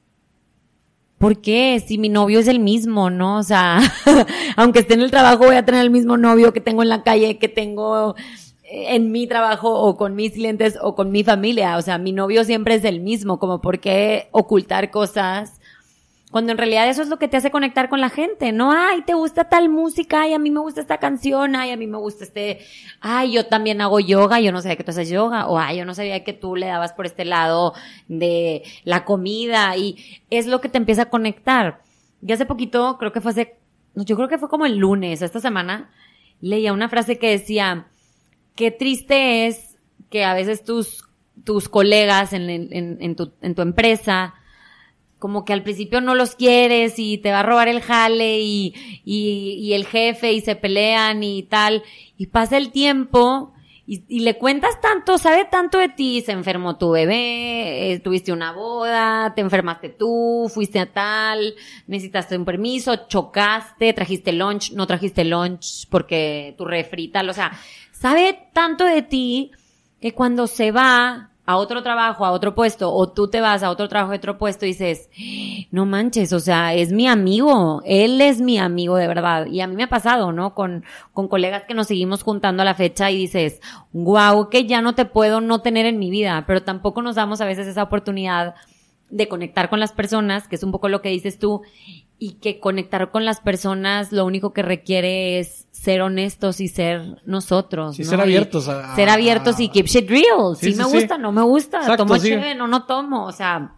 ¿Por qué? Si mi novio es el mismo, ¿no? O sea, aunque esté en el trabajo voy a tener el mismo novio que tengo en la calle, que tengo en mi trabajo o con mis clientes o con mi familia. O sea, mi novio siempre es el mismo, como por qué ocultar cosas Cuando en realidad eso es lo que te hace conectar con la gente, ¿no? Ay, ¿te gusta tal música? Ay, a mí me gusta esta canción. Ay, a mí me gusta este... Ay, yo también hago yoga. Yo no sabía que tú haces yoga. O ay, yo no sabía que tú le dabas por este lado de la comida. Y es lo que te empieza a conectar. Y hace poquito, creo que fue hace... Yo creo que fue como el lunes, esta semana, leía una frase que decía... Qué triste es que a veces tus, tus colegas en, en, en, tu, en tu empresa... como que al principio no los quieres y te va a robar el jale y, y, y el jefe y se pelean y tal, y pasa el tiempo y, y le cuentas tanto, sabe tanto de ti, se enfermó tu bebé, eh, tuviste una boda, te enfermaste tú, fuiste a tal, necesitaste un permiso, chocaste, trajiste lunch, no trajiste lunch porque tu refri tal, o sea, sabe tanto de ti que cuando se va a otro trabajo, a otro puesto, o tú te vas a otro trabajo, a otro puesto y dices, no manches, o sea, es mi amigo, él es mi amigo de verdad. Y a mí me ha pasado, ¿no? Con, con colegas que nos seguimos juntando a la fecha y dices, wow, que ya no te puedo no tener en mi vida, pero tampoco nos damos a veces esa oportunidad de conectar con las personas, que es un poco lo que dices tú, y que conectar con las personas lo único que requiere es ser honestos y ser nosotros, sí, ¿no? ser abiertos a, ser abiertos y keep shit real. Sí, sí, sí me sí. gusta, no me gusta, Exacto, tomo sí. chévere, no, no tomo, o sea,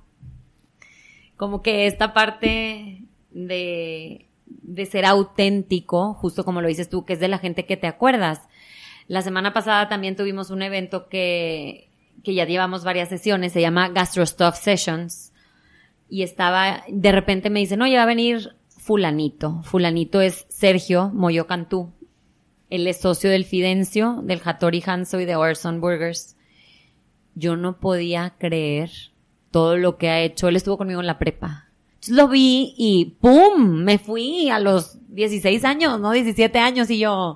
como que esta parte de, de ser auténtico, justo como lo dices tú, que es de la gente que te acuerdas. La semana pasada también tuvimos un evento que, que ya llevamos varias sesiones, se llama Gastro Stuff Sessions. Y estaba, de repente me dicen, oye, va a venir fulanito. Fulanito es Sergio Moyo Cantú. Él es socio del Fidencio, del Hattori Hanzo y de Orson Burgers. Yo no podía creer todo lo que ha hecho. Él estuvo conmigo en la prepa. Entonces lo vi y ¡pum! Me fui a los dieciséis años, ¿no? diecisiete años y yo,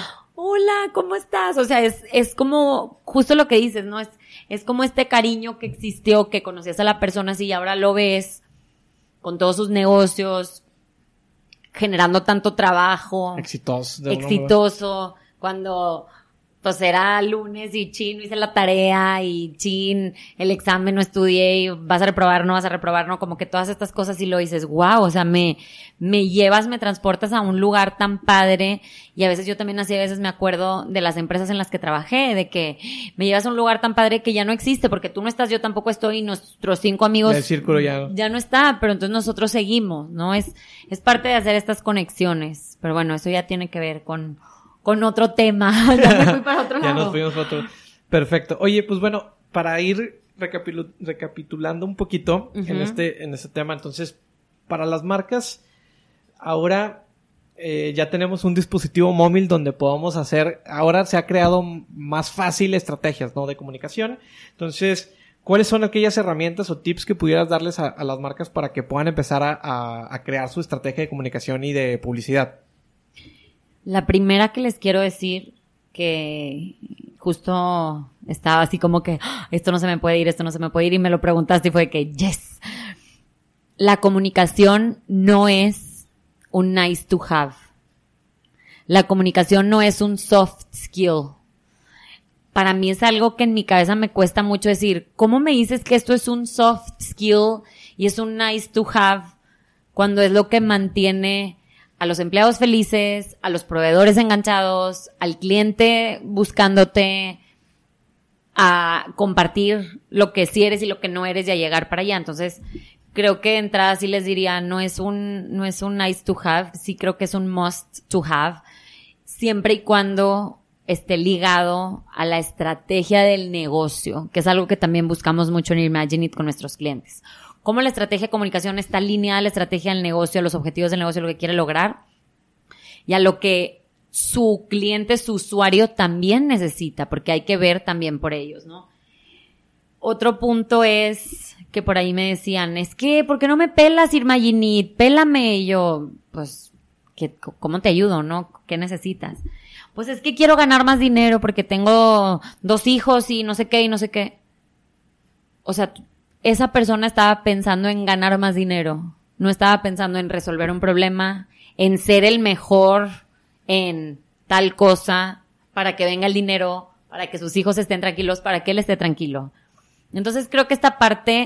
hola, ¿cómo estás? O sea, es, es como justo lo que dices, ¿no? Es, es como este cariño que existió, que conocías a la persona así y ahora lo ves con todos sus negocios, generando tanto trabajo. Exitoso. De exitoso. Cuando, pues era lunes y chin, hice la tarea y chin, el examen no estudié y vas a reprobar, no vas a reprobar, no, como que todas estas cosas y lo dices, wow, o sea, me, me llevas, me transportas a un lugar tan padre y a veces yo también así a veces me acuerdo de las empresas en las que trabajé, de que me llevas a un lugar tan padre que ya no existe porque tú no estás, yo tampoco estoy y nuestros cinco amigos el círculo ya, ya no está, pero entonces nosotros seguimos, ¿no? Es, es parte de hacer estas conexiones, pero bueno, eso ya tiene que ver con con otro tema. Ya me fui para otro lado. Ya nos fuimos para otro. Perfecto. Oye, pues bueno, para ir recapitul- recapitulando un poquito uh-huh. en este en este tema, entonces, para las marcas, ahora eh, ya tenemos un dispositivo móvil donde podamos hacer, ahora se ha creado más fácil estrategias, ¿no? De comunicación. Entonces, ¿cuáles son aquellas herramientas o tips que pudieras darles a, a las marcas para que puedan empezar a, a, a crear su estrategia de comunicación y de publicidad? La primera que les quiero decir, que justo estaba así como que, esto no se me puede ir, esto no se me puede ir, y me lo preguntaste y fue que, yes. La comunicación no es un nice to have. La comunicación no es un soft skill. Para mí es algo que en mi cabeza me cuesta mucho decir, ¿cómo me dices que esto es un soft skill y es un nice to have cuando es lo que mantiene a los empleados felices, a los proveedores enganchados, al cliente buscándote, a compartir lo que sí eres y lo que no eres y a llegar para allá? Entonces, creo que de entrada sí les diría, no es un, no es un nice to have, sí creo que es un must to have, siempre y cuando esté ligado a la estrategia del negocio, que es algo que también buscamos mucho en Imagine It con nuestros clientes. Cómo la estrategia de comunicación está alineada a la estrategia del negocio, a los objetivos del negocio, lo que quiere lograr y a lo que su cliente, su usuario también necesita, porque hay que ver también por ellos, ¿no? Otro punto es que por ahí me decían, es que, ¿por qué no me pelas, Irma Ginit? Pélame. Y yo, pues, ¿qué, ¿cómo te ayudo, no? ¿Qué necesitas? Pues es que quiero ganar más dinero porque tengo dos hijos y no sé qué y no sé qué. O sea, esa persona estaba pensando en ganar más dinero, no estaba pensando en resolver un problema, en ser el mejor en tal cosa, para que venga el dinero, para que sus hijos estén tranquilos, para que él esté tranquilo. Entonces creo que esta parte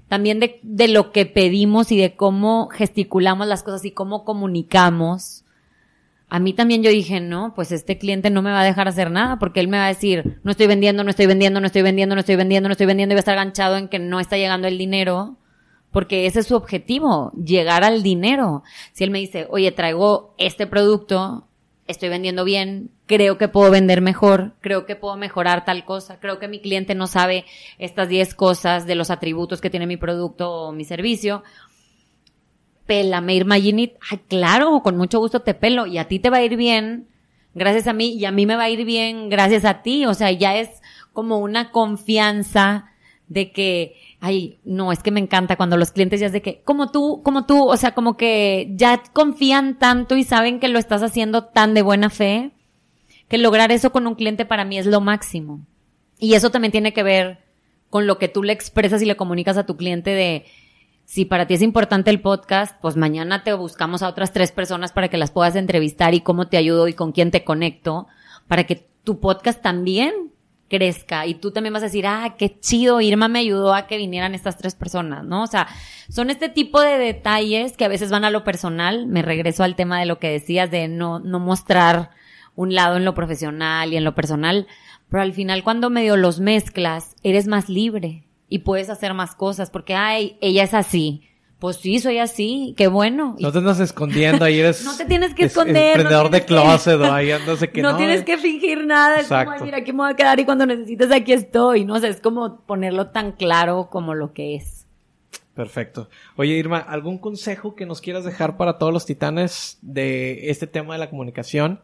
también de, de lo que pedimos y de cómo gesticulamos las cosas y cómo comunicamos. A mí también yo dije, no, pues este cliente no me va a dejar hacer nada porque él me va a decir, no estoy vendiendo, no estoy vendiendo, no estoy vendiendo, no estoy vendiendo, no estoy vendiendo y va a estar ganchado en que no está llegando el dinero porque ese es su objetivo, llegar al dinero. Si él me dice, oye, traigo este producto, estoy vendiendo bien, creo que puedo vender mejor, creo que puedo mejorar tal cosa, creo que mi cliente no sabe estas diez cosas de los atributos que tiene mi producto o mi servicio, pélame, Irma Ginit. Ay, claro, con mucho gusto te pelo y a ti te va a ir bien gracias a mí y a mí me va a ir bien gracias a ti. O sea, ya es como una confianza de que, ay, no, es que me encanta cuando los clientes ya es de que, como tú, como tú, o sea, como que ya confían tanto y saben que lo estás haciendo tan de buena fe que lograr eso con un cliente para mí es lo máximo. Y eso también tiene que ver con lo que tú le expresas y le comunicas a tu cliente de, si para ti es importante el podcast, pues mañana te buscamos a otras tres personas para que las puedas entrevistar y cómo te ayudo y con quién te conecto para que tu podcast también crezca y tú también vas a decir, ah, qué chido, Irma me ayudó a que vinieran estas tres personas, ¿no? O sea, son este tipo de detalles que a veces van a lo personal. Me regreso al tema de lo que decías de no, no mostrar un lado en lo profesional y en lo personal, pero al final cuando medio los mezclas, eres más libre. Y puedes hacer más cosas, porque, ay, ella es así. Pues sí, soy así, qué bueno. No te andas escondiendo, ahí eres... no te tienes que esconder. Emprendedor no de closet, o ahí no sé qué. No, no tienes eh. que fingir nada. Exacto. Es como, ay, mira, aquí me voy a quedar y cuando necesites aquí estoy. No sé, es como ponerlo tan claro como lo que es. Perfecto. Oye, Irma, ¿algún consejo que nos quieras dejar para todos los titanes de este tema de la comunicación?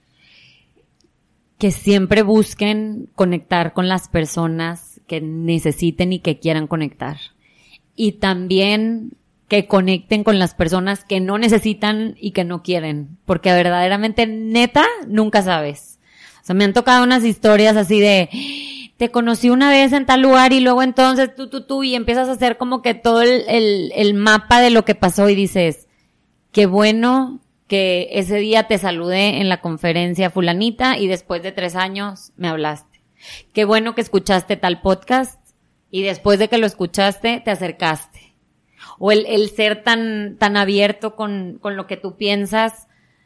Que siempre busquen conectar con las personas que necesiten y que quieran conectar. Y también que conecten con las personas que no necesitan y que no quieren. Porque verdaderamente, neta, nunca sabes. O sea, me han tocado unas historias así de, te conocí una vez en tal lugar y luego entonces tú, tú, tú, y empiezas a hacer como que todo el, el, el mapa de lo que pasó y dices, qué bueno que ese día te saludé en la conferencia fulanita y después de tres años me hablaste. Qué bueno que escuchaste tal podcast y después de que lo escuchaste te acercaste. O el, el ser tan, tan abierto con, con lo que tú piensas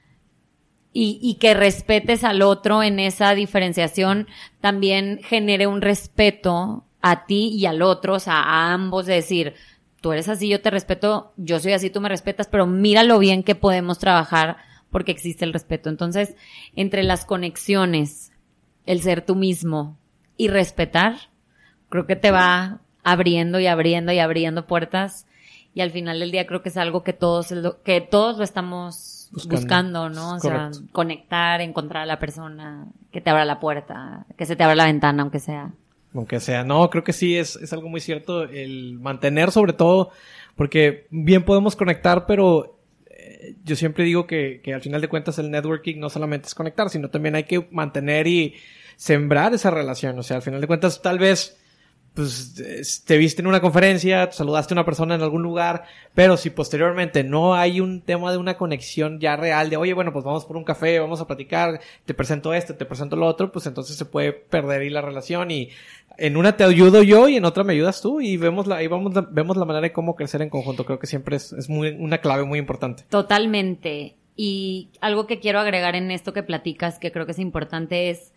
y, y que respetes al otro en esa diferenciación también genere un respeto a ti y al otro, o sea, a ambos, de decir, tú eres así, yo te respeto, yo soy así, tú me respetas, pero mira lo bien que podemos trabajar porque existe el respeto. Entonces, entre las conexiones, el ser tú mismo y respetar, creo que te va abriendo y abriendo y abriendo puertas y al final del día creo que es algo que todos, que todos lo estamos buscando, buscando ¿no? O sea, conectar, encontrar a la persona que te abra la puerta, que se te abra la ventana, aunque sea. Aunque sea, no, creo que sí, es, es algo muy cierto el mantener sobre todo, porque bien podemos conectar, pero yo siempre digo que, que al final de cuentas el networking no solamente es conectar, sino también hay que mantener y sembrar esa relación. O sea, al final de cuentas tal vez pues te viste en una conferencia, saludaste a una persona en algún lugar, pero si posteriormente no hay un tema de una conexión ya real de, oye, bueno, pues vamos por un café, vamos a platicar, te presento esto, te presento lo otro, pues entonces se puede perder ahí la relación y en una te ayudo yo y en otra me ayudas tú y vemos la, y vamos la, vemos la manera de cómo crecer en conjunto. Creo que siempre es, es muy, una clave muy importante. Totalmente. Y algo que quiero agregar en esto que platicas, que creo que es importante, es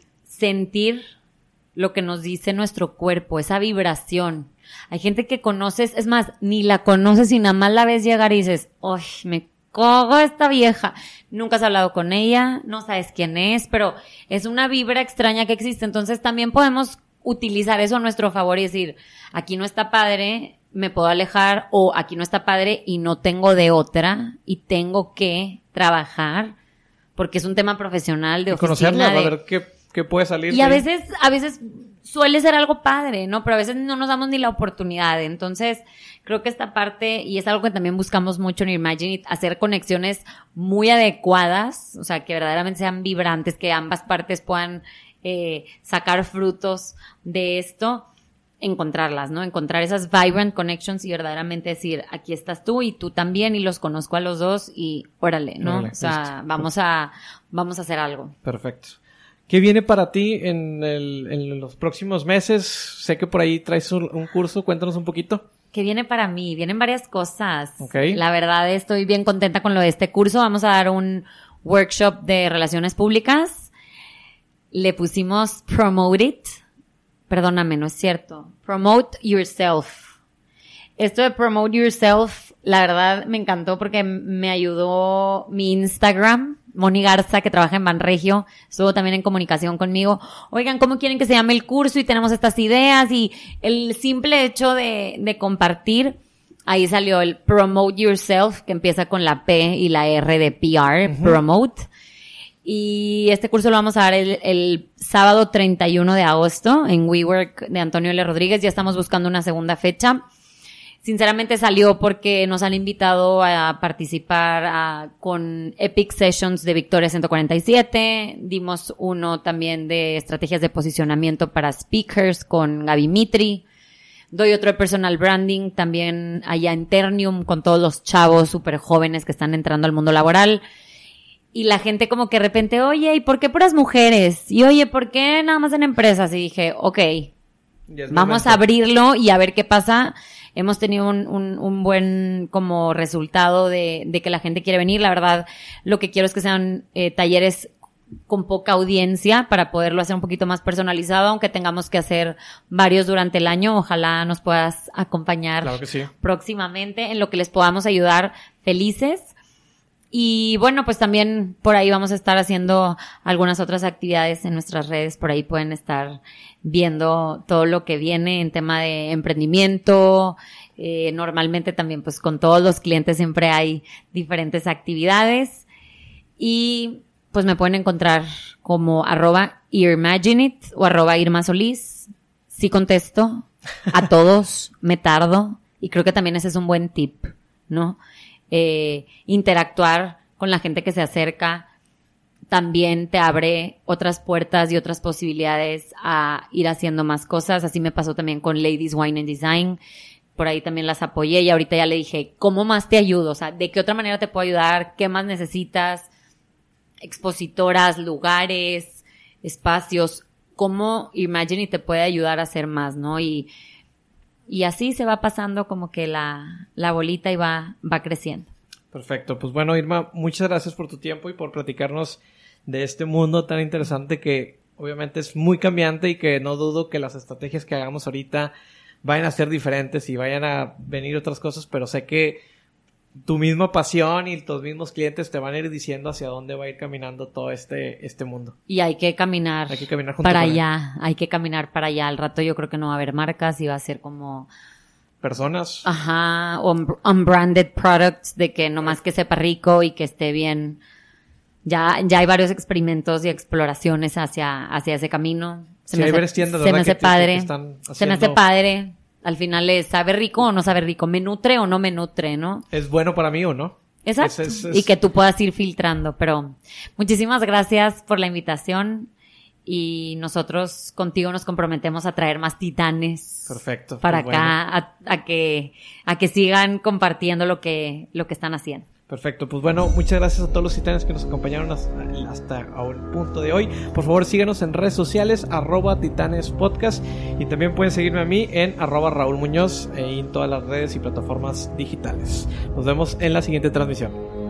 sentir lo que nos dice nuestro cuerpo, esa vibración. Hay gente que conoces, es más, ni la conoces y nada más la ves llegar y dices, ¡ay, me cago esta vieja! Nunca has hablado con ella, no sabes quién es, pero es una vibra extraña que existe. Entonces también podemos utilizar eso a nuestro favor y decir, aquí no está padre, me puedo alejar, o aquí no está padre y no tengo de otra y tengo que trabajar porque es un tema profesional de y oficina. Conocerla, de... a ver qué, qué puede salir. Y a veces, a veces suele ser algo padre, ¿no? Pero a veces no nos damos ni la oportunidad. Entonces, creo que esta parte, y es algo que también buscamos mucho en Imagine It, hacer conexiones muy adecuadas, o sea, que verdaderamente sean vibrantes, que ambas partes puedan eh, sacar frutos de esto, encontrarlas, ¿no? Encontrar esas vibrant connections y verdaderamente decir, aquí estás tú y tú también, y los conozco a los dos y órale, ¿no? Órale, o sea, listo. vamos a, vamos a hacer algo. Perfecto. ¿Qué viene para ti en, el, en los próximos meses? Sé que por ahí traes un, un curso, cuéntanos un poquito. ¿Qué viene para mí? Vienen varias cosas. Okay. La verdad estoy bien contenta con lo de este curso. Vamos a dar un workshop de relaciones públicas. Le pusimos Promote It. Perdóname, no es cierto. Promote Yourself. Esto de Promote Yourself, la verdad me encantó porque me ayudó mi Instagram, Moni Garza, que trabaja en Banregio, estuvo también en comunicación conmigo. Oigan, ¿cómo quieren que se llame el curso? Y tenemos estas ideas, y el simple hecho de, de compartir, ahí salió el Promote Yourself, que empieza con la P y la R de P R, uh-huh. Promote. Y este curso lo vamos a dar el, el sábado treinta y uno de agosto en WeWork de Antonio L. Rodríguez. Ya estamos buscando una segunda fecha. Sinceramente salió porque nos han invitado a participar a, con Epic Sessions de Victoria ciento cuarenta y siete. Dimos uno también de estrategias de posicionamiento para speakers con Gaby Mitri. Doy otro de personal branding también allá en Ternium con todos los chavos súper jóvenes que están entrando al mundo laboral. Y la gente como que de repente, oye, ¿y por qué puras mujeres? Y oye, ¿por qué nada más en empresas? Y dije, ok, vamos a abrirlo y a ver qué pasa. Hemos tenido un, un, un buen como resultado de, de que la gente quiere venir. La verdad, lo que quiero es que sean eh, talleres con poca audiencia para poderlo hacer un poquito más personalizado, aunque tengamos que hacer varios durante el año. Ojalá nos puedas acompañar claro que sí. próximamente en lo que les podamos ayudar, felices. Y bueno, pues también por ahí vamos a estar haciendo algunas otras actividades en nuestras redes. Por ahí pueden estar viendo todo lo que viene en tema de emprendimiento. Eh, normalmente también pues con todos los clientes siempre hay diferentes actividades. Y pues me pueden encontrar como arroba Imagineit o arroba Irma Solís. Sí contesto a todos, me tardo. Y creo que también ese es un buen tip, ¿no? Eh, interactuar con la gente que se acerca también te abre otras puertas y otras posibilidades a ir haciendo más cosas. Así me pasó también con Ladies Wine and Design. Por ahí también las apoyé y ahorita ya le dije, ¿cómo más te ayudo? O sea, ¿de qué otra manera te puedo ayudar? ¿Qué más necesitas? Expositoras, lugares, espacios. ¿Cómo Imagine te puede ayudar a hacer más, no? Y Y así se va pasando como que la, la bolita y va, va creciendo. Perfecto. Pues bueno, Irma, muchas gracias por tu tiempo y por platicarnos de este mundo tan interesante que obviamente es muy cambiante y que no dudo que las estrategias que hagamos ahorita vayan a ser diferentes y vayan a venir otras cosas, pero sé que tu misma pasión y tus mismos clientes te van a ir diciendo hacia dónde va a ir caminando todo este, este mundo. Y hay que caminar, hay que caminar junto para con allá, él. hay que caminar para allá. Al rato yo creo que no va a haber marcas y va a ser como... personas. Ajá, o un, unbranded products de que nomás que sepa rico y que esté bien. Ya, ya hay varios experimentos y exploraciones hacia, hacia ese camino. Se sí, me hay hace, varias tiendas, se me hace que, padre, que están haciendo... se me hace padre. Al final es, ¿sabe rico o no sabe rico? ¿Me nutre o no me nutre, no? ¿Es bueno para mí o no? Exacto. Es, es, es... Y que tú puedas ir filtrando. Pero muchísimas gracias por la invitación. Y nosotros contigo nos comprometemos a traer más titanes. Perfecto. Para pues acá, bueno. a, a que, a que sigan compartiendo lo que, lo que están haciendo. Perfecto, pues bueno, muchas gracias a todos los titanes que nos acompañaron hasta, hasta el punto de hoy. Por favor, síganos en redes sociales, arroba Titanes Podcast, y también pueden seguirme a mí en arroba Raúl Muñoz en todas las redes y plataformas digitales. Nos vemos en la siguiente transmisión.